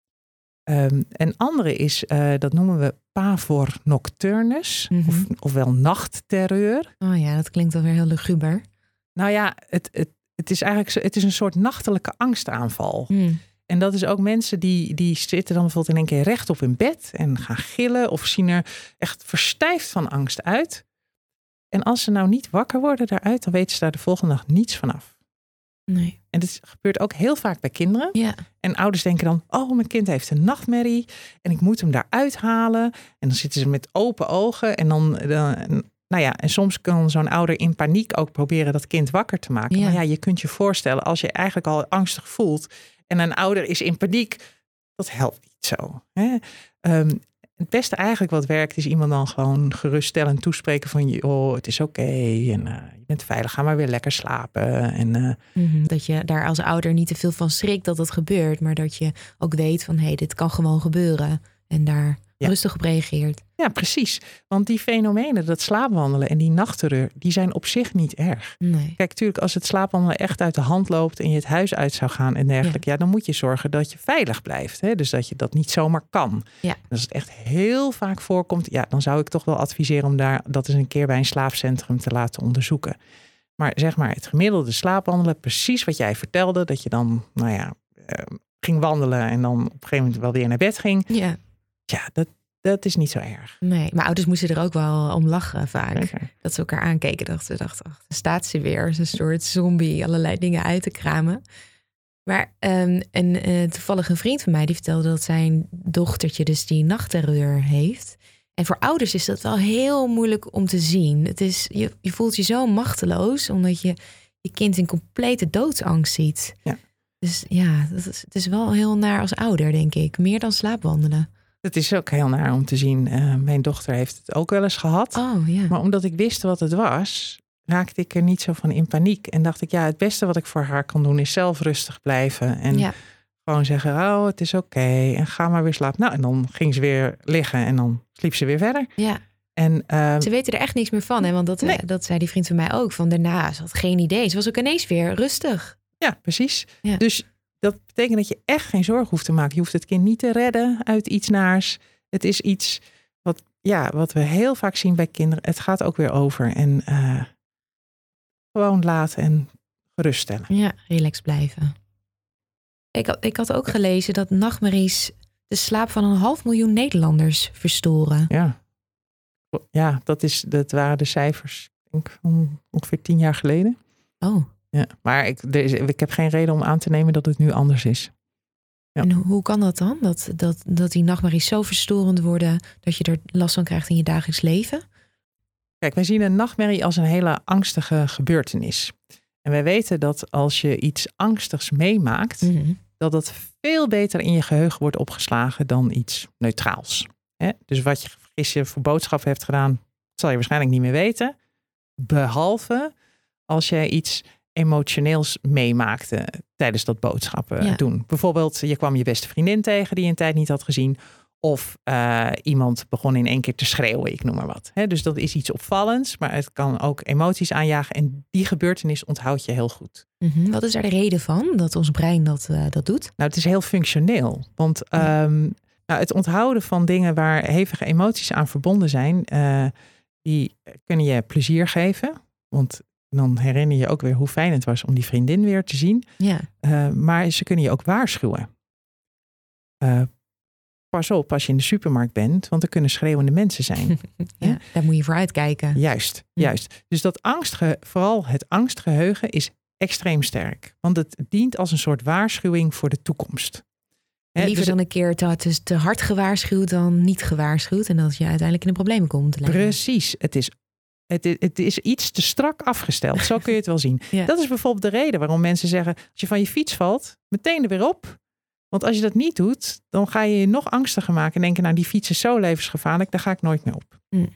Um, een andere is, uh, dat noemen we pavor nocturnus, mm-hmm. of, ofwel nachtterreur. Oh ja, dat klinkt alweer heel luguber. Nou ja, het, het, het is eigenlijk het is een soort nachtelijke angstaanval. Mm. En dat is ook mensen die, die zitten dan bijvoorbeeld in één keer recht op hun bed en gaan gillen of zien er echt verstijfd van angst uit. En als ze nou niet wakker worden daaruit, dan weten ze daar de volgende dag niets vanaf. Nee. En dit gebeurt ook heel vaak bij kinderen. Ja. En ouders denken dan, oh, mijn kind heeft een nachtmerrie en ik moet hem daaruit halen. En dan zitten ze met open ogen en dan, dan nou ja, en soms kan zo'n ouder in paniek ook proberen dat kind wakker te maken. Ja. Maar ja, je kunt je voorstellen, als je eigenlijk al angstig voelt en een ouder is in paniek, dat helpt niet zo. Hè? Um, het beste eigenlijk wat werkt is iemand dan gewoon geruststellend toespreken van, oh, het is oké okay, en uh, je bent veilig, ga maar weer lekker slapen. En, uh, mm-hmm, dat je daar als ouder niet te veel van schrikt dat het gebeurt, maar dat je ook weet van, hé, hey, dit kan gewoon gebeuren en daar ja. rustig op reageert. Ja, precies. Want die fenomenen, dat slaapwandelen en die nachtterreur, die zijn op zich niet erg. Nee. Kijk, natuurlijk als het slaapwandelen echt uit de hand loopt en je het huis uit zou gaan en dergelijke, ja, ja dan moet je zorgen dat je veilig blijft. Hè? Dus dat je dat niet zomaar kan. Ja. Als het echt heel vaak voorkomt, ja, dan zou ik toch wel adviseren om daar dat eens een keer bij een slaapcentrum te laten onderzoeken. Maar zeg maar, het gemiddelde slaapwandelen, precies wat jij vertelde, dat je dan, nou ja, uh, ging wandelen en dan op een gegeven moment wel weer naar bed ging. Ja, ja dat Dat is niet zo erg. Nee, maar ouders moesten er ook wel om lachen vaak. Okay. Dat ze elkaar aankeken. Dat ze dachten, ach, daar staat ze weer. Een soort zombie, allerlei dingen uit te kramen. Maar um, en, uh, toevallig een vriend van mij die vertelde dat zijn dochtertje dus die nachtterreur heeft. En voor ouders is dat wel heel moeilijk om te zien. Het is, je, je voelt je zo machteloos omdat je je kind in complete doodsangst ziet. Ja. Dus ja, dat is, het is wel heel naar als ouder, denk ik. Meer dan slaapwandelen. Het is ook heel naar om te zien. Uh, mijn dochter heeft het ook wel eens gehad. Oh, ja. Maar omdat ik wist wat het was, raakte ik er niet zo van in paniek. En dacht ik, ja, het beste wat ik voor haar kan doen is zelf rustig blijven. En ja. gewoon zeggen, oh, het is oké. Okay, en ga maar weer slapen. Nou, en dan ging ze weer liggen en dan sliep ze weer verder. Ja. En, uh, ze weten er echt niks meer van. Hè? Want dat, nee. dat zei die vriend van mij ook. Van daarna, ze had geen idee. Ze was ook ineens weer rustig. Ja, precies. Ja. Dus dat betekent dat je echt geen zorgen hoeft te maken. Je hoeft het kind niet te redden uit iets naars. Het is iets wat, ja, wat we heel vaak zien bij kinderen. Het gaat ook weer over. En uh, gewoon laten en geruststellen. Ja, relax blijven. Ik had, ik had ook gelezen dat nachtmerries de slaap van een half miljoen Nederlanders verstoren. Ja, ja dat, is, dat waren de cijfers, ik denk ongeveer tien jaar geleden. Oh. Ja, maar ik, er is, ik heb geen reden om aan te nemen dat het nu anders is. Ja. En hoe kan dat dan? Dat, dat, dat die nachtmerries zo verstorend worden dat je er last van krijgt in je dagelijks leven? Kijk, wij zien een nachtmerrie als een hele angstige gebeurtenis. En wij weten dat als je iets angstigs meemaakt, mm-hmm. dat dat veel beter in je geheugen wordt opgeslagen dan iets neutraals. Hè? Dus wat je gisteren voor boodschappen hebt gedaan, dat zal je waarschijnlijk niet meer weten. Behalve als je iets emotioneels meemaakte tijdens dat boodschappen ja. doen. Bijvoorbeeld, je kwam je beste vriendin tegen die je een tijd niet had gezien. Of uh, iemand begon in één keer te schreeuwen, ik noem maar wat. He, dus dat is iets opvallends, maar het kan ook emoties aanjagen. En die gebeurtenis onthoud je heel goed. Mm-hmm. Wat is daar de reden van, dat ons brein dat, uh, dat doet? Nou, het is heel functioneel. Want ja. um, nou, het onthouden van dingen waar hevige emoties aan verbonden zijn, Uh, die kunnen je plezier geven. Want dan herinner je ook weer hoe fijn het was om die vriendin weer te zien. Ja. Uh, maar ze kunnen je ook waarschuwen. Uh, pas op als je in de supermarkt bent, want er kunnen schreeuwende mensen zijn. Ja, ja? Daar moet je voor uitkijken. Juist, ja. juist. Dus dat angstge, vooral het angstgeheugen is extreem sterk. Want het dient als een soort waarschuwing voor de toekomst. He, Liever dus dan een keer te, te hard gewaarschuwd dan niet gewaarschuwd. En dat je uiteindelijk in de problemen komt te liggen. Precies, het is Het is, het is iets te strak afgesteld. Zo kun je het wel zien. Ja. Dat is bijvoorbeeld de reden waarom mensen zeggen, als je van je fiets valt, meteen er weer op. Want als je dat niet doet, dan ga je je nog angstiger maken. En denken, nou die fiets is zo levensgevaarlijk, daar ga ik nooit meer op. Mm.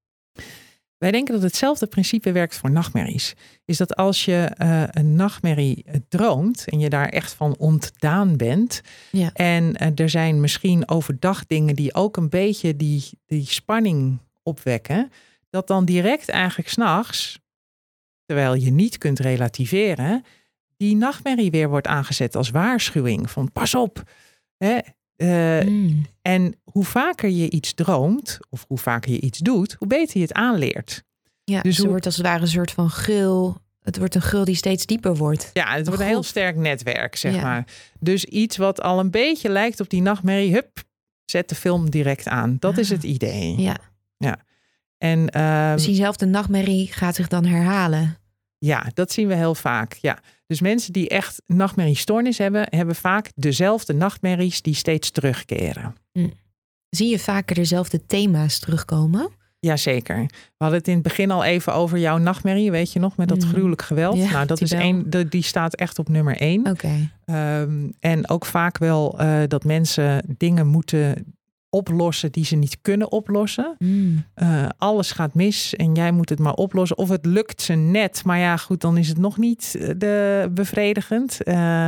Wij denken dat hetzelfde principe werkt voor nachtmerries. Is dat als je uh, een nachtmerrie droomt en je daar echt van ontdaan bent. Ja. En uh, er zijn misschien overdag dingen die ook een beetje die, die spanning opwekken. Dat dan direct eigenlijk 's nachts, terwijl je niet kunt relativeren, die nachtmerrie weer wordt aangezet als waarschuwing. Van pas op. Hè? Uh, mm. En hoe vaker je iets droomt, of hoe vaker je iets doet, hoe beter je het aanleert. Ja, dus het hoe... wordt als het ware een soort van gul. Het wordt een gul die steeds dieper wordt. Ja, het wordt een heel sterk netwerk, zeg ja. maar. Dus iets wat al een beetje lijkt op die nachtmerrie, hup, zet de film direct aan. Dat ah. is het idee. Ja. Ja. En, uh, dus diezelfde nachtmerrie gaat zich dan herhalen. Ja, dat zien we heel vaak. Ja. Dus mensen die echt nachtmerriestoornis hebben, hebben vaak dezelfde nachtmerries die steeds terugkeren. Hm. Zie je vaker dezelfde thema's terugkomen? Jazeker. We hadden het in het begin al even over jouw nachtmerrie, weet je nog, met dat Mm. gruwelijk geweld. Ja, nou, dat die is bel. één, de, die staat echt op nummer één. Oké. Okay. Um, en ook vaak wel uh, dat mensen dingen moeten oplossen die ze niet kunnen oplossen. Mm. Uh, alles gaat mis en jij moet het maar oplossen. Of het lukt ze net, maar ja, goed, dan is het nog niet de bevredigend. Uh,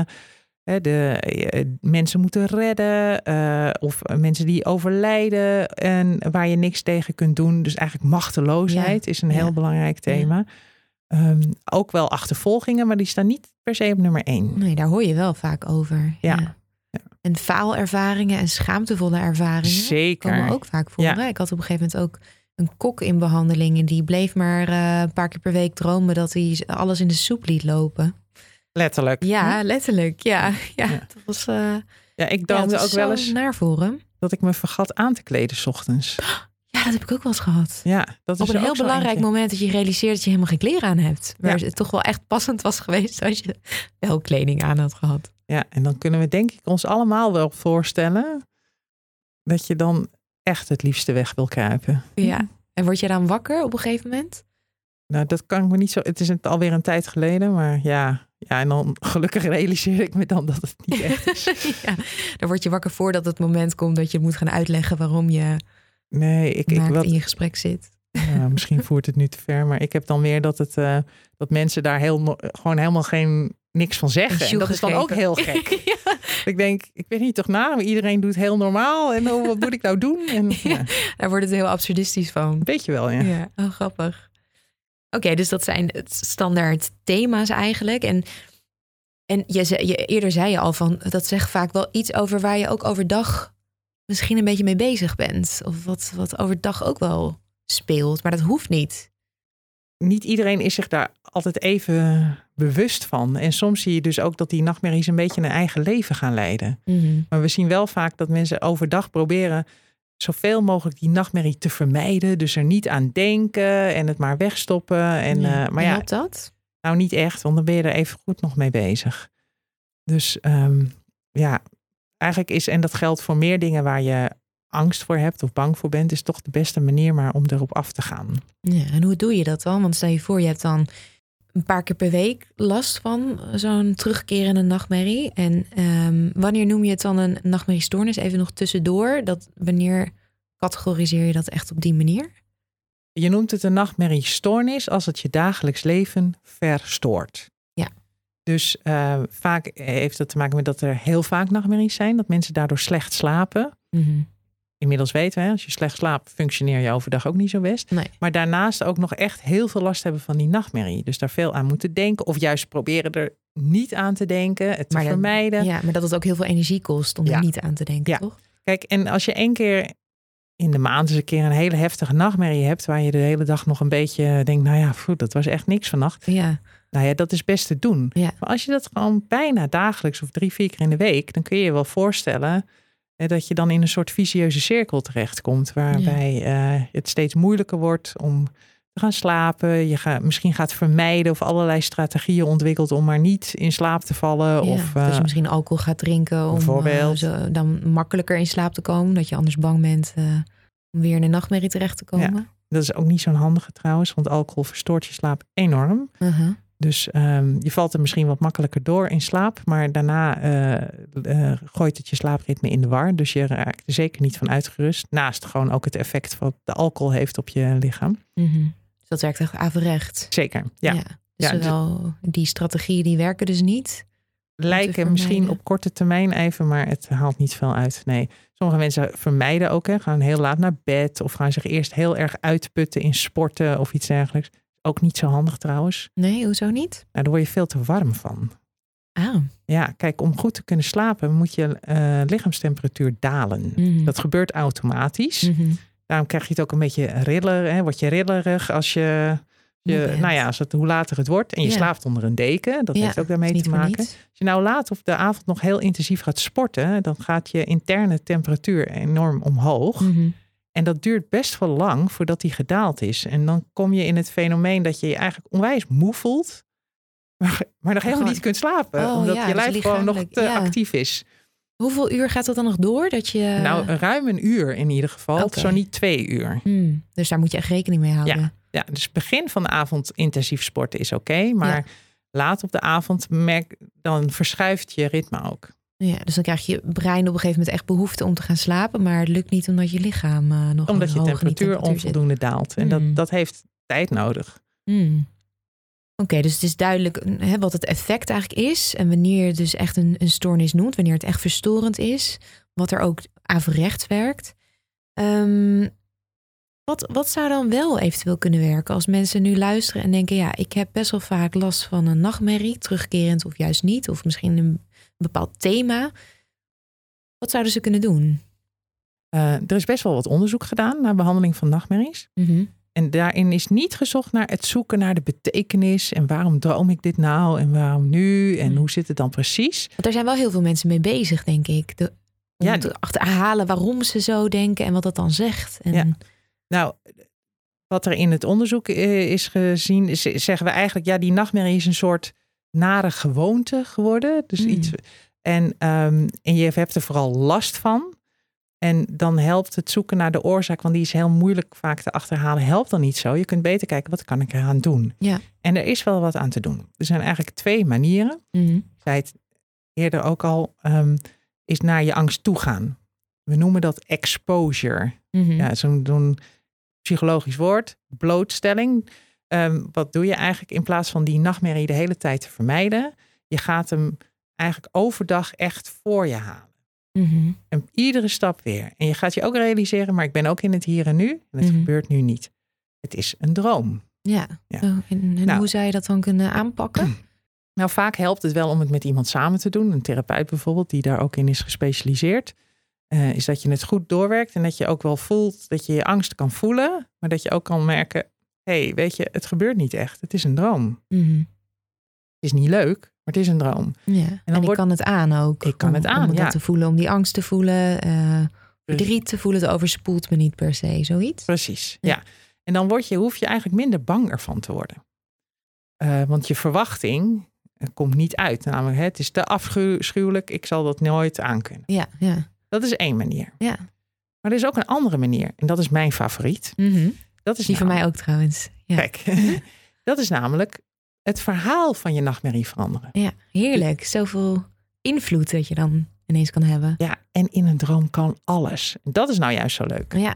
de uh, mensen moeten redden uh, of mensen die overlijden en waar je niks tegen kunt doen. Dus eigenlijk machteloosheid ja. is een heel ja. belangrijk thema. Ja. Um, ook wel achtervolgingen, maar die staan niet per se op nummer één. Nee, daar hoor je wel vaak over. Ja. ja. Ja. En faalervaringen en schaamtevolle ervaringen. Zeker. Komen ook vaak voor. Ja. Ik had op een gegeven moment ook een kok in behandeling. En die bleef maar uh, een paar keer per week dromen dat hij alles in de soep liet lopen. Letterlijk. Ja, hm? letterlijk. Ja, ja, ja. Dat was, uh, ja, ik droomde ja, ook wel eens naar voor hem. Dat ik me vergat aan te kleden 's ochtends. Ja, dat heb ik ook wel eens gehad. Ja, dat is op een heel belangrijk eentje. moment dat je realiseert dat je helemaal geen kleren aan hebt. Waar Ja. het toch wel echt passend was geweest als je wel kleding aan had gehad. Ja, en dan kunnen we denk ik ons allemaal wel voorstellen dat je dan echt het liefste weg wil kruipen. Ja, en word je dan wakker op een gegeven moment? Nou, dat kan ik me niet zo... Het is alweer een tijd geleden, maar ja... Ja, en dan gelukkig realiseer ik me dan dat het niet echt is. Ja, dan word je wakker voordat het moment komt dat je moet gaan uitleggen waarom je nee, ik, ik, wat, in je gesprek zit. Ja, misschien voert het nu te ver, maar ik heb dan weer dat, het, uh, dat mensen daar heel, gewoon helemaal geen niks van zeggen. En dat is dan ook heel gek. Ja. Ik denk, ik weet niet toch na, maar iedereen doet heel normaal. En oh, wat moet ik nou doen? En, ja. Ja, daar wordt het heel absurdistisch van. Weet je wel, ja. Ja, oh, grappig. Oké, okay, dus dat zijn het standaard thema's eigenlijk. En, en je, je, eerder zei je al van, dat zegt vaak wel iets over waar je ook overdag misschien een beetje mee bezig bent. Of wat, wat overdag ook wel speelt, maar dat hoeft niet. Niet iedereen is zich daar altijd even bewust van. En soms zie je dus ook dat die nachtmerries een beetje een eigen leven gaan leiden. Mm-hmm. Maar we zien wel vaak dat mensen overdag proberen zoveel mogelijk die nachtmerrie te vermijden. Dus er niet aan denken en het maar wegstoppen. En, ja, uh, maar ja, helpt dat? Nou, niet echt, want dan ben je er even goed nog mee bezig. Dus um, ja, eigenlijk is, en dat geldt voor meer dingen waar je angst voor hebt of bang voor bent, is toch de beste manier maar om erop af te gaan. Ja, en hoe doe je dat dan? Want stel je voor, je hebt dan een paar keer per week last van zo'n terugkerende nachtmerrie. En um, wanneer noem je het dan een nachtmerriestoornis? Even nog tussendoor. Dat, wanneer categoriseer je dat echt op die manier? Je noemt het een nachtmerriestoornis als het je dagelijks leven verstoort. Ja. Dus uh, vaak heeft dat te maken met dat er heel vaak nachtmerries zijn. Dat mensen daardoor slecht slapen. Mm-hmm. Inmiddels weten we, als je slecht slaapt, functioneer je overdag ook niet zo best. Nee. Maar daarnaast ook nog echt heel veel last hebben van die nachtmerrie. Dus daar veel aan moeten denken. Of juist proberen er niet aan te denken, het te maar dat, vermijden. Ja, maar dat het ook heel veel energie kost om ja. er niet aan te denken, ja. toch? Kijk, en als je één keer in de maand eens een keer een hele heftige nachtmerrie hebt, waar je de hele dag nog een beetje denkt, nou ja, pff, dat was echt niks vannacht. Ja. Nou ja, dat is best te doen. Ja. Maar als je dat gewoon bijna dagelijks of drie, vier keer in de week, dan kun je je wel voorstellen dat je dan in een soort vicieuze cirkel terechtkomt, waarbij ja. uh, het steeds moeilijker wordt om te gaan slapen. Je gaat, misschien gaat vermijden of allerlei strategieën ontwikkelt om maar niet in slaap te vallen. Ja, of, uh, dat je misschien alcohol gaat drinken om bijvoorbeeld. Uh, zo, dan makkelijker in slaap te komen. Dat je anders bang bent uh, om weer in een nachtmerrie terecht te komen. Ja, dat is ook niet zo'n handige trouwens, want alcohol verstoort je slaap enorm. Uh-huh. Dus um, je valt er misschien wat makkelijker door in slaap. Maar daarna uh, uh, gooit het je slaapritme in de war. Dus je raakt er zeker niet van uitgerust. Naast gewoon ook het effect wat de alcohol heeft op je lichaam. Mm-hmm. Dus dat werkt echt averechts. Zeker, ja. ja dus ja, zowel die strategieën die werken dus niet. Lijken misschien op korte termijn even, maar het haalt niet veel uit. Nee, sommige mensen vermijden ook. Hè, gaan heel laat naar bed. Of gaan zich eerst heel erg uitputten in sporten of iets dergelijks. Ook niet zo handig trouwens. Nee, hoezo niet? Nou, daar word je veel te warm van. Ah. Ja, kijk, om goed te kunnen slapen moet je uh, lichaamstemperatuur dalen. Mm-hmm. Dat gebeurt automatisch. Mm-hmm. Daarom krijg je het ook een beetje riller. Hè? Word je rillerig als je, je nou ja, als het, hoe later het wordt. En je ja. slaapt onder een deken. Dat ja, heeft ook daarmee te maken. Als je nou laat of de avond nog heel intensief gaat sporten, dan gaat je interne temperatuur enorm omhoog. Mm-hmm. En dat duurt best wel lang voordat die gedaald is. En dan kom je in het fenomeen dat je je eigenlijk onwijs moe voelt. Maar, maar nog helemaal gewoon niet kunt slapen. Oh, omdat ja, je lijf dus gewoon nog te ja. actief is. Hoeveel uur gaat dat dan nog door? Dat je... Nou, ruim een uur in ieder geval. Okay. Zo niet twee uur. Hmm, dus daar moet je echt rekening mee houden. Ja, ja, dus begin van de avond intensief sporten is oké. Okay, maar ja. laat op de avond merk, dan verschuift je ritme ook. Ja, dus dan krijg je brein op een gegeven moment echt behoefte om te gaan slapen. Maar het lukt niet omdat je lichaam uh, nog Omdat je hoog temperatuur, temperatuur onvoldoende zit. daalt. En hmm. dat, dat heeft tijd nodig. Hmm. Oké, okay, dus het is duidelijk hè, wat het effect eigenlijk is. En wanneer je dus echt een, een stoornis noemt. Wanneer het echt verstorend is. Wat er ook averechts werkt. Um, wat, wat zou dan wel eventueel kunnen werken? Als mensen nu luisteren en denken... ja, ik heb best wel vaak last van een nachtmerrie. Terugkerend of juist niet. Of misschien een, een bepaald thema. Wat zouden ze kunnen doen? Uh, er is best wel wat onderzoek gedaan naar behandeling van nachtmerries. Mm-hmm. En daarin is niet gezocht naar het zoeken naar de betekenis. En waarom droom ik dit nou? En waarom nu? En hoe zit het dan precies? Want daar zijn wel heel veel mensen mee bezig, denk ik. De, om ja, te achterhalen waarom ze zo denken en wat dat dan zegt. En... Ja. Nou, wat er in het onderzoek is gezien, is, zeggen we eigenlijk... ja, die nachtmerrie is een soort nare gewoonte geworden. Dus mm. iets, en, um, en je hebt er vooral last van. En dan helpt het zoeken naar de oorzaak, want die is heel moeilijk vaak te achterhalen. Helpt dan niet zo. Je kunt beter kijken, wat kan ik eraan doen? Ja. En er is wel wat aan te doen. Er zijn eigenlijk twee manieren. Mm-hmm. Ik zei het eerder ook al, um, is naar je angst toegaan. We noemen dat exposure. Mm-hmm. Ja, zo'n, zo'n psychologisch woord, blootstelling. Um, wat doe je eigenlijk in plaats van die nachtmerrie de hele tijd te vermijden? Je gaat hem eigenlijk overdag echt voor je halen. Mm-hmm. En iedere stap weer. En je gaat je ook realiseren, maar ik ben ook in het hier en nu. En het mm-hmm. gebeurt nu niet. Het is een droom. Ja, ja. Oh, en, en nou, hoe zou je dat dan kunnen aanpakken? Nou, vaak helpt het wel om het met iemand samen te doen. Een therapeut bijvoorbeeld, die daar ook in is gespecialiseerd. Uh, is dat je het goed doorwerkt. En dat je ook wel voelt dat je je angst kan voelen. Maar dat je ook kan merken, hé, hey, weet je, het gebeurt niet echt. Het is een droom. Mm-hmm. Het is niet leuk, maar het is een droom. Ja. En, dan en ik wordt, kan het aan ook. Ik kan om, het aan, om ja. dat te voelen, om die angst te voelen. Uh, verdriet te voelen, het overspoelt me niet per se, zoiets. Precies, ja. ja. En dan word je, hoef je eigenlijk minder bang ervan te worden. Uh, want je verwachting uh, komt niet uit. Namelijk, hè, het is te afschuwelijk, ik zal dat nooit aankunnen. Ja, ja. Dat is één manier. Ja. Maar er is ook een andere manier. En dat is mijn favoriet. Mm-hmm. Dat is die namelijk, van mij ook trouwens. Ja. Kijk, dat is namelijk het verhaal van je nachtmerrie veranderen. Ja, heerlijk. Zoveel invloed dat je dan ineens kan hebben. Ja, en in een droom kan alles. Dat is nou juist zo leuk. Ja.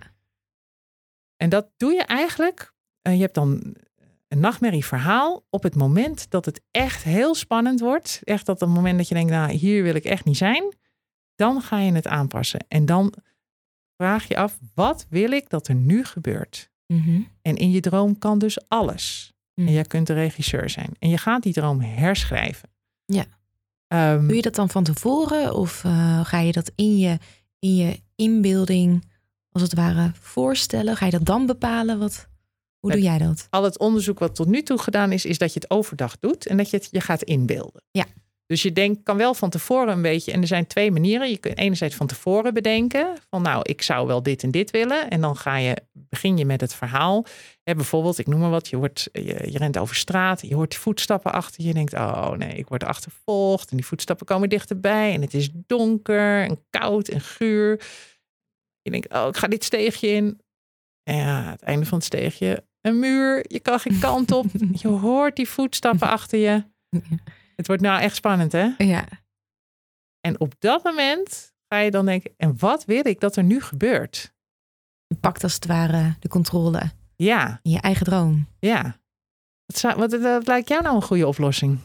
En dat doe je eigenlijk. Uh, je hebt dan een nachtmerrieverhaal op het moment dat het echt heel spannend wordt. Echt op het moment dat je denkt, nou, hier wil ik echt niet zijn. Dan ga je het aanpassen. En dan vraag je af, wat wil ik dat er nu gebeurt? Mm-hmm. En in je droom kan dus alles. Mm. En jij kunt de regisseur zijn. En je gaat die droom herschrijven. Ja. Um, doe je dat dan van tevoren? Of uh, ga je dat in je, in je inbeelding als het ware voorstellen? Ga je dat dan bepalen? Wat, hoe doe jij dat? Al het onderzoek wat tot nu toe gedaan is, is dat je het overdag doet. En dat je het je gaat inbeelden. Ja. Dus je denkt, kan wel van tevoren een beetje. En er zijn twee manieren. Je kunt enerzijds van tevoren bedenken. Van nou, ik zou wel dit en dit willen. En dan ga je, begin je met het verhaal. Hè, bijvoorbeeld, ik noem maar wat. Je, wordt, je, je rent over straat. Je hoort die voetstappen achter je. Je denkt, oh nee, ik word achtervolgd. En die voetstappen komen dichterbij. En het is donker en koud en guur. Je denkt, oh, ik ga dit steegje in. En ja, aan het einde van het steegje, een muur. Je kan geen kant op. Je hoort die voetstappen achter je. Het wordt nou echt spannend, hè? Ja. En op dat moment ga je dan denken, en wat wil ik dat er nu gebeurt? Je pakt als het ware de controle. Ja. In je eigen droom. Ja. Wat, zou, wat, wat lijkt jou nou een goede oplossing?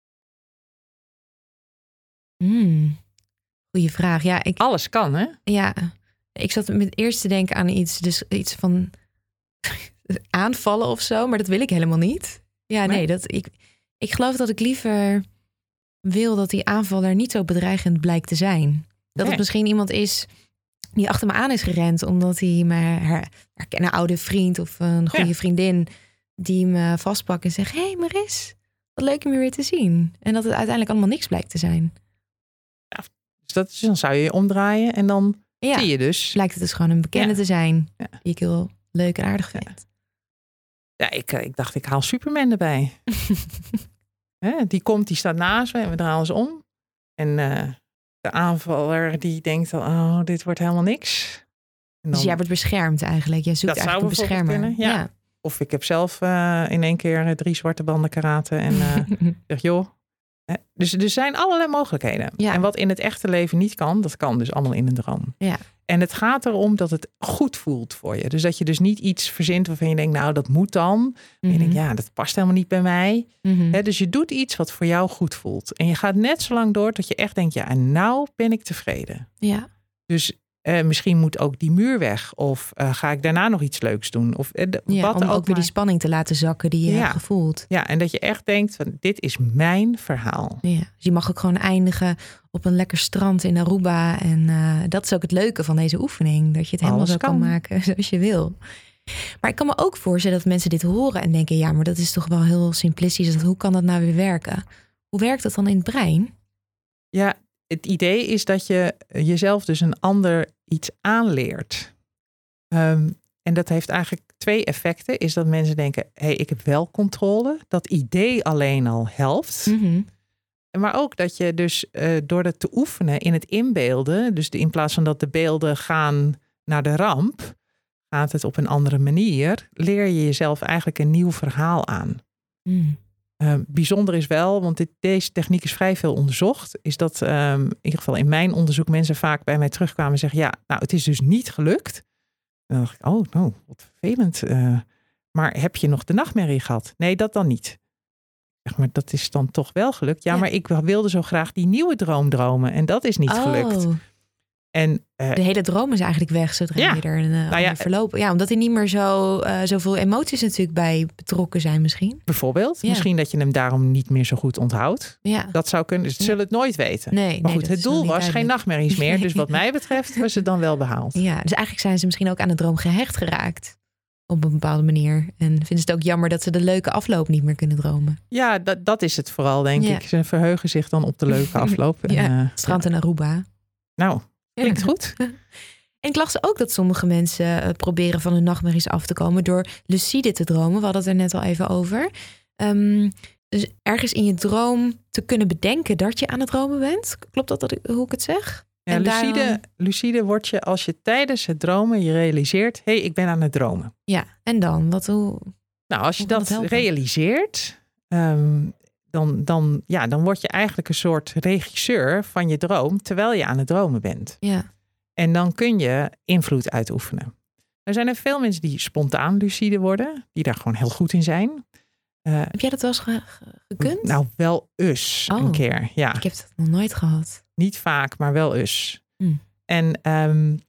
Hmm. Goeie vraag. Ja, ik, Alles kan, hè? Ja. Ik zat met eerst te denken aan iets, dus iets van aanvallen of zo, maar dat wil ik helemaal niet. Ja, nee, nee dat ik... Ik geloof dat ik liever wil dat die aanvaller niet zo bedreigend blijkt te zijn. Dat nee. het misschien iemand is die achter me aan is gerend, omdat hij me her, herkent, een oude vriend of een goede ja. vriendin die me vastpakt en zegt: hé hey Maris, wat leuk om je weer te zien. En dat het uiteindelijk allemaal niks blijkt te zijn. Ja, dus dat is, dan zou je je omdraaien en dan ja, zie je dus. Blijkt het dus gewoon een bekende ja. te zijn ja. die ik heel leuk en aardig vind. Ja. Ja, ik, ik dacht, ik haal Superman erbij. He, die komt, die staat naast me en we draaien ons om. En uh, de aanvaller die denkt dan, oh, dit wordt helemaal niks. En dan, Dus jij wordt beschermd eigenlijk. Jij zoekt dat eigenlijk zou een beschermer. kunnen, ja. ja. Of ik heb zelf uh, in één keer drie zwarte banden karate. En uh, zeg, joh. Hè? Dus er zijn allerlei mogelijkheden. Ja. En wat in het echte leven niet kan, dat kan dus allemaal in een droom. Ja. En het gaat erom dat het goed voelt voor je. Dus dat je dus niet iets verzint waarvan je denkt, nou, dat moet dan. Mm-hmm. En je denkt, ja, dat past helemaal niet bij mij. Mm-hmm. Hè, dus je doet iets wat voor jou goed voelt. En je gaat net zo lang door tot je echt denkt, ja, en nou ben ik tevreden. Ja. Dus uh, misschien moet ook die muur weg. Of uh, ga ik daarna nog iets leuks doen. Of, uh, de, ja, wat om ook, ook weer maar... die spanning te laten zakken die je ja. hebt gevoeld. Ja, en dat je echt denkt, van, dit is mijn verhaal. Ja, dus je mag ook gewoon eindigen op een lekker strand in Aruba. En uh, dat is ook het leuke van deze oefening. Dat je het helemaal Alles zo kan. kan maken zoals je wil. Maar ik kan me ook voorstellen dat mensen dit horen en denken, ja, maar dat is toch wel heel simplistisch. Hoe kan dat nou weer werken? Hoe werkt dat dan in het brein? Ja, het idee is dat je jezelf dus een ander iets aanleert. Um, en dat heeft eigenlijk twee effecten. Is dat mensen denken, hé, hey, ik heb wel controle. Dat idee alleen al helpt. Mm-hmm. Maar ook dat je dus uh, door dat te oefenen in het inbeelden. Dus in plaats van dat de beelden gaan naar de ramp, gaat het op een andere manier. Leer je jezelf eigenlijk een nieuw verhaal aan. Mm. Uh, bijzonder is wel, want dit, deze techniek is vrij veel onderzocht. Is dat um, in ieder geval in mijn onderzoek mensen vaak bij mij terugkwamen en zeggen, ja, nou, het is dus niet gelukt. En dan dacht ik, oh, nou, wat vervelend. Uh, maar heb je nog de nachtmerrie gehad? Nee, dat dan niet. Zeg maar, dat is dan toch wel gelukt. Ja, ja, maar ik wilde zo graag die nieuwe droom dromen. En dat is niet oh. gelukt. En, uh, de hele droom is eigenlijk weg zodra ja, je er een uh, nou ja, verlopen. Ja, omdat er niet meer zo uh, zoveel emoties natuurlijk bij betrokken zijn misschien. Bijvoorbeeld. Ja. Misschien dat je hem daarom niet meer zo goed onthoudt. Ja. Dat zou kunnen. Dus ze zullen het nooit weten. Nee, maar nee, goed, het doel was duidelijk. Geen nachtmerries meer. Nee. Dus wat mij betreft was het dan wel behaald. Ja, dus eigenlijk zijn ze misschien ook aan de droom gehecht geraakt. Op een bepaalde manier. En vinden ze het ook jammer dat ze de leuke afloop niet meer kunnen dromen. Ja, dat, dat is het vooral, denk ja. ik. Ze verheugen zich dan op de leuke afloop. ja, en, uh, strand in Aruba. Nou, klinkt ja. goed. En ik las ook dat sommige mensen uh, proberen van hun nachtmerries af te komen door lucide te dromen. We hadden het er net al even over. Um, dus ergens in je droom te kunnen bedenken dat je aan het dromen bent. Klopt dat, dat ik, hoe ik het zeg? Ja, en lucide, daarom... lucide word je als je tijdens het dromen je realiseert, hé, hey, ik ben aan het dromen. Ja, en dan? Wat, hoe, nou, als je dat, dat realiseert, um, dan, dan, ja, dan word je eigenlijk een soort regisseur van je droom terwijl je aan het dromen bent. Ja. En dan kun je invloed uitoefenen. Er zijn er veel mensen die spontaan lucide worden, die daar gewoon heel goed in zijn. Uh, heb jij dat wel eens ge- gekund? Nou, wel eens oh, een keer. Ja. Ik heb dat nog nooit gehad. Niet vaak, maar wel eens. Hmm. En, um,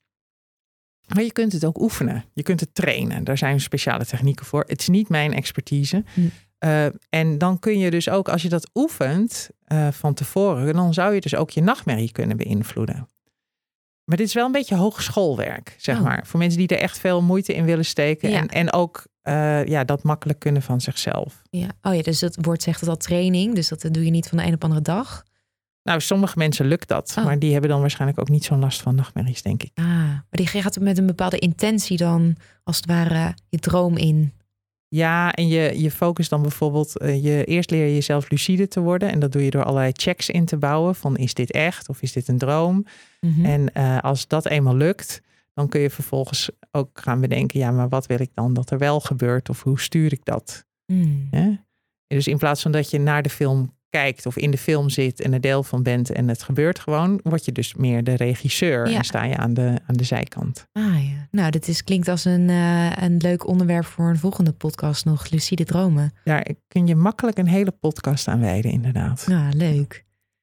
maar je kunt het ook oefenen. Je kunt het trainen. Daar zijn speciale technieken voor. Het is niet mijn expertise. Hmm. Uh, en dan kun je dus ook, als je dat oefent uh, van tevoren, dan zou je dus ook je nachtmerrie kunnen beïnvloeden. Maar dit is wel een beetje hogeschoolwerk, zeg oh. maar. Voor mensen die er echt veel moeite in willen steken. Ja. En, en ook uh, ja, dat makkelijk kunnen van zichzelf. Ja. Oh ja, dus dat woord zegt het al training. Dus dat doe je niet van de een op andere dag. Nou, sommige mensen lukt dat. Oh. Maar die hebben dan waarschijnlijk ook niet zo'n last van nachtmerries, denk ik. Ah, maar die gaat met een bepaalde intentie dan, als het ware, je droom in. Ja, en je, je focust dan bijvoorbeeld, uh, je, eerst leer je jezelf lucide te worden. En dat doe je door allerlei checks in te bouwen. Van is dit echt of is dit een droom? Mm-hmm. En uh, als dat eenmaal lukt, dan kun je vervolgens ook gaan bedenken, ja, maar wat wil ik dan dat er wel gebeurt? Of hoe stuur ik dat? Mm. Ja? En dus in plaats van dat je naar de film kijkt of in de film zit en er deel van bent en het gebeurt gewoon, word je dus meer de regisseur ja. en sta je aan de, aan de zijkant. Ah ja, nou dit is, klinkt als een, uh, een leuk onderwerp voor een volgende podcast nog, lucide dromen. Ja, kun je makkelijk een hele podcast aan wijden, inderdaad. Nou, leuk.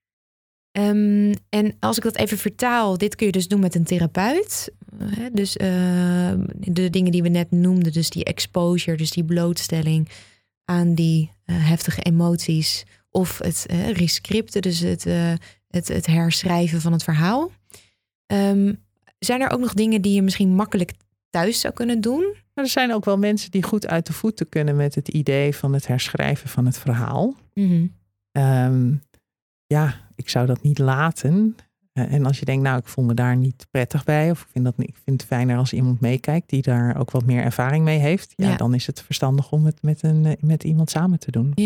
Um, en als ik dat even vertaal, dit kun je dus doen met een therapeut. Uh, dus uh, de dingen die we net noemden, dus die exposure, dus die blootstelling aan die uh, heftige emoties. Of het uh, rescripten, dus het, uh, het, het herschrijven van het verhaal. Um, zijn er ook nog dingen die je misschien makkelijk thuis zou kunnen doen? Nou, er zijn ook wel mensen die goed uit de voeten kunnen met het idee van het herschrijven van het verhaal. Mm-hmm. Um, ja, ik zou dat niet laten. Uh, en als je denkt, nou, ik voel me daar niet prettig bij. Of ik vind, dat, ik vind het fijner als iemand meekijkt die daar ook wat meer ervaring mee heeft. Ja, ja. dan is het verstandig om het met, een, met iemand samen te doen. Ja.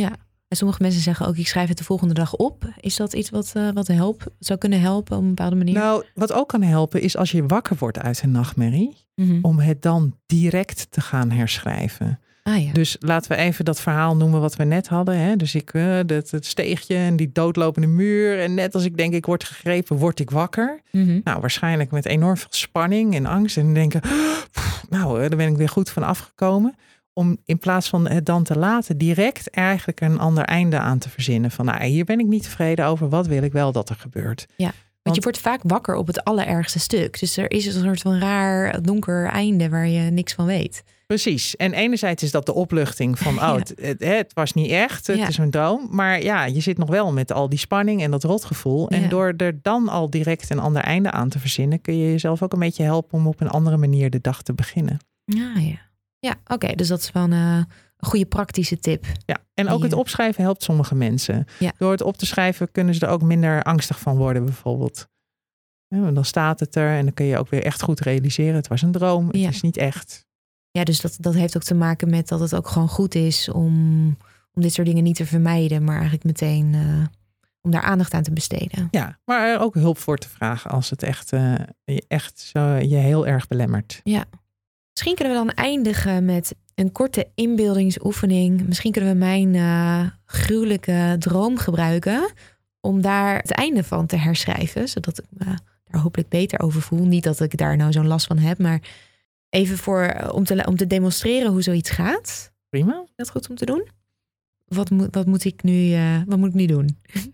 En sommige mensen zeggen ook, ik schrijf het de volgende dag op. Is dat iets wat, uh, wat helpt, zou kunnen helpen op een bepaalde manier? Nou, wat ook kan helpen is als je wakker wordt uit een nachtmerrie. Mm-hmm. Om het dan direct te gaan herschrijven. Ah, ja. Dus laten we even dat verhaal noemen wat we net hadden. Hè? Dus ik, uh, dat, het steegje en die doodlopende muur. En net als ik denk ik word gegrepen, word ik wakker. Mm-hmm. Nou, waarschijnlijk met enorm veel spanning en angst. En denken, pff, nou, daar ben ik weer goed van afgekomen. Om in plaats van het dan te laten, direct eigenlijk een ander einde aan te verzinnen. Van nou, hier ben ik niet tevreden over. Wat wil ik wel dat er gebeurt? Ja. Want je wordt vaak wakker op het allerergste stuk. Dus er is een soort van raar donker einde waar je niks van weet. Precies. En enerzijds is dat de opluchting van, oh, ja. het, het, het was niet echt, het ja. is een droom. Maar ja, je zit nog wel met al die spanning en dat rotgevoel. En ja. door er dan al direct een ander einde aan te verzinnen, kun je jezelf ook een beetje helpen om op een andere manier de dag te beginnen. Ja, ja. Ja, oké. Okay, dus dat is wel een, uh, een goede praktische tip. Ja, en ook het opschrijven helpt sommige mensen. Ja. Door het op te schrijven kunnen ze er ook minder angstig van worden bijvoorbeeld. Ja, dan staat het er en dan kun je ook weer echt goed realiseren. Het was een droom, het ja. is niet echt. Ja, dus dat, dat heeft ook te maken met dat het ook gewoon goed is om, om dit soort dingen niet te vermijden. Maar eigenlijk meteen uh, om daar aandacht aan te besteden. Ja, maar er ook hulp voor te vragen als het echt, uh, echt zo, je heel erg belemmert. Ja. Misschien kunnen we dan eindigen met een korte inbeeldingsoefening. Misschien kunnen we mijn uh, gruwelijke droom gebruiken om daar het einde van te herschrijven. Zodat ik me daar hopelijk beter over voel. Niet dat ik daar nou zo'n last van heb, maar even voor, om, te, om te demonstreren hoe zoiets gaat. Prima. Is dat goed om te doen? Wat, moet, wat, moet, ik nu, uh, wat moet ik nu doen?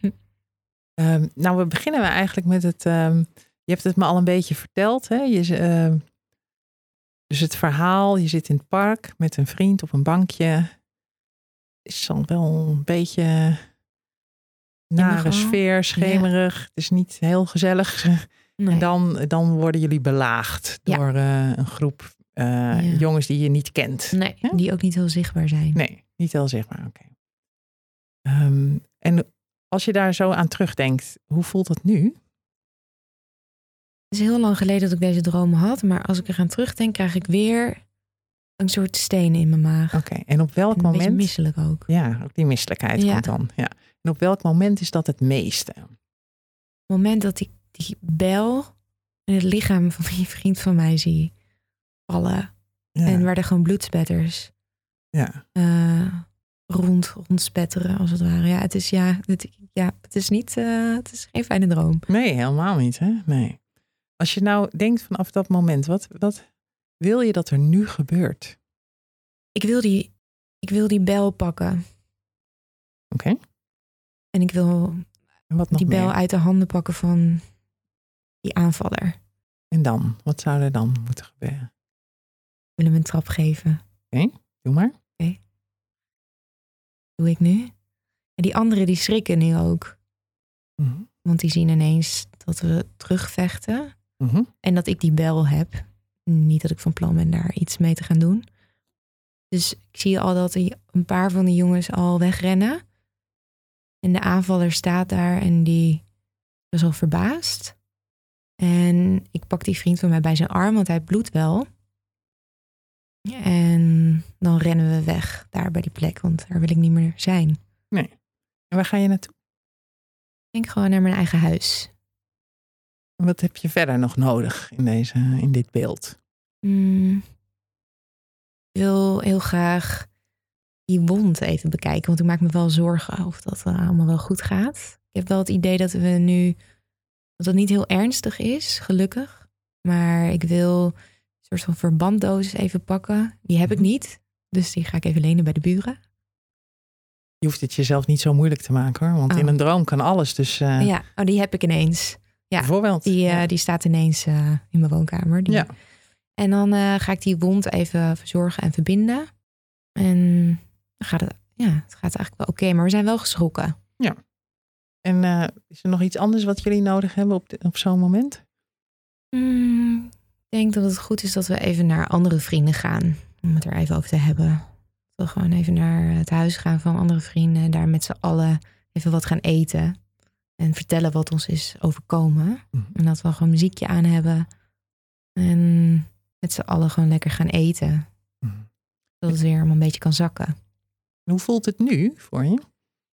um, nou, we beginnen we eigenlijk met het... Um, je hebt het me al een beetje verteld, hè? Je... Uh, Dus het verhaal, je zit in het park met een vriend op een bankje. Het is al wel een beetje nare sfeer, schemerig. Ja. Het is niet heel gezellig. Nee. En dan, dan worden jullie belaagd ja. door uh, een groep uh, ja. jongens die je niet kent. Nee, ja? Die ook niet heel zichtbaar zijn. Nee, niet heel zichtbaar, oké. Okay. Um, en als je daar zo aan terugdenkt, hoe voelt dat nu? Het is heel lang geleden dat ik deze droom had. Maar als ik eraan terugdenk, krijg ik weer een soort steen in mijn maag. Oké, okay. En op welk en moment... Een beetje misselijk ook. Ja, ook die misselijkheid ja. komt dan. Ja. En op welk moment is dat het meeste? Op het moment dat ik die bel in het lichaam van die vriend van mij zie vallen. Ja. En waar er gewoon bloedspetters ja. uh, rond, rondspetteren als het ware. Ja, het is, ja, het, ja, het is niet, uh, het is geen fijne droom. Nee, helemaal niet, hè? Nee. Als je nou denkt vanaf dat moment, wat, wat wil je dat er nu gebeurt? Ik wil die, ik wil die bel pakken. Oké. Okay. En ik wil en wat nog die bel meer? uit de handen pakken van die aanvaller. En dan? Wat zou er dan moeten gebeuren? Ik wil hem een trap geven. Oké, okay, doe maar. Oké. Okay. Doe ik nu. En die anderen die schrikken nu ook. Mm-hmm. Want die zien ineens dat we terugvechten. Mm-hmm. En dat ik die bel heb. Niet dat ik van plan ben daar iets mee te gaan doen. Dus ik zie al dat een paar van die jongens al wegrennen. En de aanvaller staat daar en die is al verbaasd. En ik pak die vriend van mij bij zijn arm, want hij bloedt wel. En dan rennen we weg daar bij die plek, want daar wil ik niet meer zijn. Nee. En waar ga je naartoe? Ik denk gewoon naar mijn eigen huis. Wat heb je verder nog nodig in, deze, in dit beeld? Hmm. Ik wil heel graag die wond even bekijken. Want ik maak me wel zorgen of dat allemaal wel goed gaat. Ik heb wel het idee dat we nu... dat het niet heel ernstig is, gelukkig. Maar ik wil een soort van verbanddosis even pakken. Die heb ik niet. Dus die ga ik even lenen bij de buren. Je hoeft het jezelf niet zo moeilijk te maken hoor. Want oh. in een droom kan alles. Dus, uh... Ja, oh, die heb ik ineens. Ja, bijvoorbeeld. Die, uh, ja. die staat ineens uh, in mijn woonkamer. Die... Ja. En dan uh, ga ik die wond even verzorgen en verbinden. En dan gaat het, ja, het gaat eigenlijk wel oké. Okay, maar we zijn wel geschrokken. Ja. En uh, is er nog iets anders wat jullie nodig hebben op, de, op zo'n moment? Mm, ik denk dat het goed is dat we even naar andere vrienden gaan. Om het er even over te hebben. Dat we gewoon even naar het huis gaan van andere vrienden. Daar met z'n allen even wat gaan eten. En vertellen wat ons is overkomen. Mm-hmm. En dat we gewoon muziekje aan hebben. En met z'n allen gewoon lekker gaan eten. Mm-hmm. Dat het weer allemaal een beetje kan zakken. En hoe voelt het nu voor je?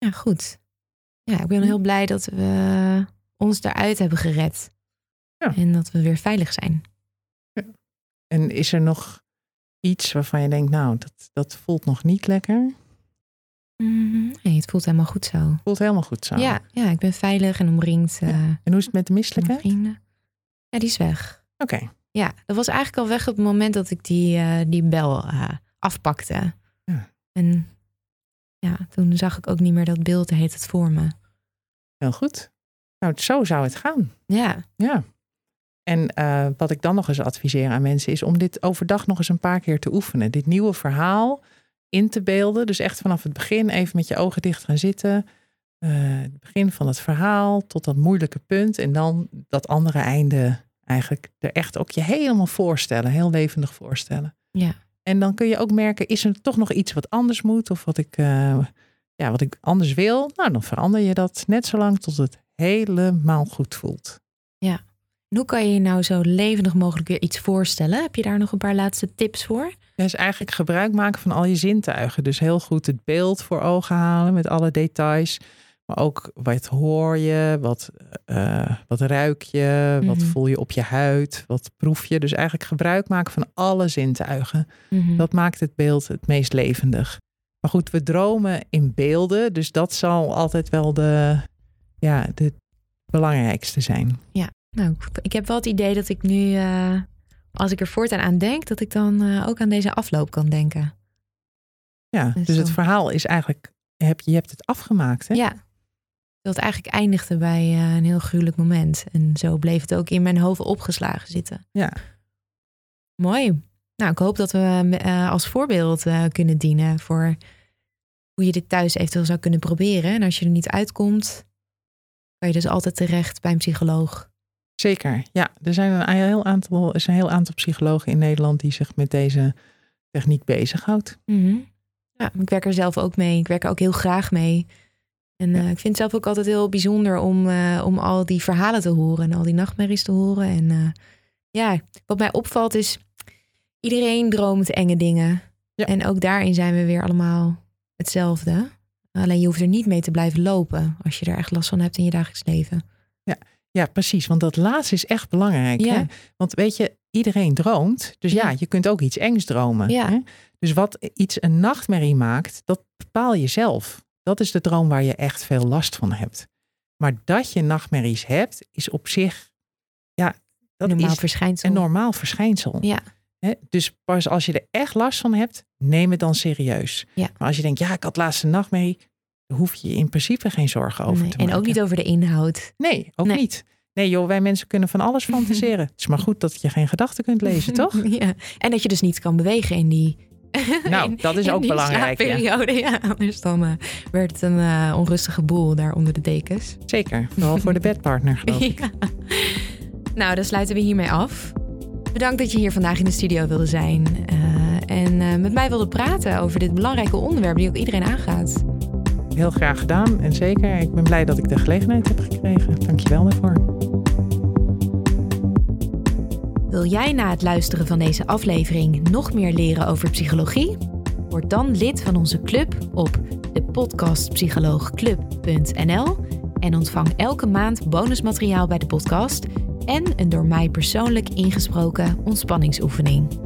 Ja, goed. Ja, ik ben heel blij dat we ons daaruit hebben gered. Ja. En dat we weer veilig zijn. Ja. En is er nog iets waarvan je denkt, nou, dat, dat voelt nog niet lekker? Mm, nee, het voelt helemaal goed zo. Het voelt helemaal goed zo. Ja, ja, ik ben veilig en omringd. Uh, ja. En hoe is het met de misselijkheid? Vrienden. Ja, die is weg. Oké. Okay. Ja, dat was eigenlijk al weg op het moment dat ik die, uh, die bel uh, afpakte. Ja. En ja, toen zag ik ook niet meer dat beeld, heet het voor me. Heel goed. Nou, zo zou het gaan. Ja. Ja. En uh, wat ik dan nog eens adviseer aan mensen is om dit overdag nog eens een paar keer te oefenen. Dit nieuwe verhaal in te beelden. Dus echt vanaf het begin even met je ogen dicht gaan zitten. Uh, het begin van het verhaal tot dat moeilijke punt. En dan dat andere einde eigenlijk er echt ook je helemaal voorstellen. Heel levendig voorstellen. Ja. En dan kun je ook merken, is er toch nog iets wat anders moet? Of wat ik, uh, ja, wat ik anders wil? Nou, dan verander je dat net zo lang tot het helemaal goed voelt. Ja. En hoe kan je je nou zo levendig mogelijk weer iets voorstellen? Heb je daar nog een paar laatste tips voor? Dat is eigenlijk gebruik maken van al je zintuigen. Dus heel goed het beeld voor ogen halen met alle details. Maar ook wat hoor je, wat, uh, wat ruik je, wat mm-hmm. voel je op je huid, wat proef je. Dus eigenlijk gebruik maken van alle zintuigen. Mm-hmm. Dat maakt het beeld het meest levendig. Maar goed, we dromen in beelden. Dus dat zal altijd wel de, ja, de belangrijkste zijn. Ja, nou, ik heb wel het idee dat ik nu, uh, als ik er voortaan aan denk, dat ik dan uh, ook aan deze afloop kan denken. Ja, dus, dus het verhaal is eigenlijk, je hebt, je hebt het afgemaakt, hè? Ja. Dat het eigenlijk eindigde bij uh, een heel gruwelijk moment. En zo bleef het ook in mijn hoofd opgeslagen zitten. Ja. Mooi. Nou, ik hoop dat we uh, als voorbeeld uh, kunnen dienen voor hoe je dit thuis eventueel zou kunnen proberen. En als je er niet uitkomt, kan je dus altijd terecht bij een psycholoog. Zeker, ja. Er zijn een heel aantal, er zijn een heel aantal psychologen in Nederland die zich met deze techniek bezighoudt. Mm-hmm. Ja, ik werk er zelf ook mee. Ik werk er ook heel graag mee. En uh, ik vind het zelf ook altijd heel bijzonder om, uh, om al die verhalen te horen en al die nachtmerries te horen. En uh, ja, wat mij opvalt is, iedereen droomt enge dingen. Ja. En ook daarin zijn we weer allemaal hetzelfde. Alleen je hoeft er niet mee te blijven lopen als je er echt last van hebt in je dagelijks leven. Ja, ja precies. Want dat laatste is echt belangrijk. Ja. Hè? Want weet je, iedereen droomt. Dus ja, ja je kunt ook iets engs dromen. Ja. Hè? Dus wat iets een nachtmerrie maakt, dat bepaal je zelf. Dat is de droom waar je echt veel last van hebt. Maar dat je nachtmerries hebt, is op zich, ja, dat normaal is verschijnsel. een normaal verschijnsel. Ja. He, dus pas als je er echt last van hebt, neem het dan serieus. Ja. Maar als je denkt, ja, ik had laatst een nachtmerrie, daar hoef je in principe geen zorgen over nee, te maken. En ook niet over de inhoud. Nee, ook nee. niet. Nee joh, wij mensen kunnen van alles fantaseren. Het is maar goed dat je geen gedachten kunt lezen, toch? Ja. En dat je dus niet kan bewegen in die... Nou, in, dat is ook belangrijk. Ja. ja, anders dan uh, werd het een uh, onrustige boel daar onder de dekens. Zeker, vooral voor de bedpartner, geloof ik. Ja. Nou, dan sluiten we hiermee af. Bedankt dat je hier vandaag in de studio wilde zijn. Uh, en uh, met mij wilde praten over dit belangrijke onderwerp die ook iedereen aangaat. Heel graag gedaan en zeker. Ik ben blij dat ik de gelegenheid heb gekregen. Dank je wel daarvoor. Wil jij na het luisteren van deze aflevering nog meer leren over psychologie? Word dan lid van onze club op de podcast psycholoog club punt n l en ontvang elke maand bonusmateriaal bij de podcast en een door mij persoonlijk ingesproken ontspanningsoefening.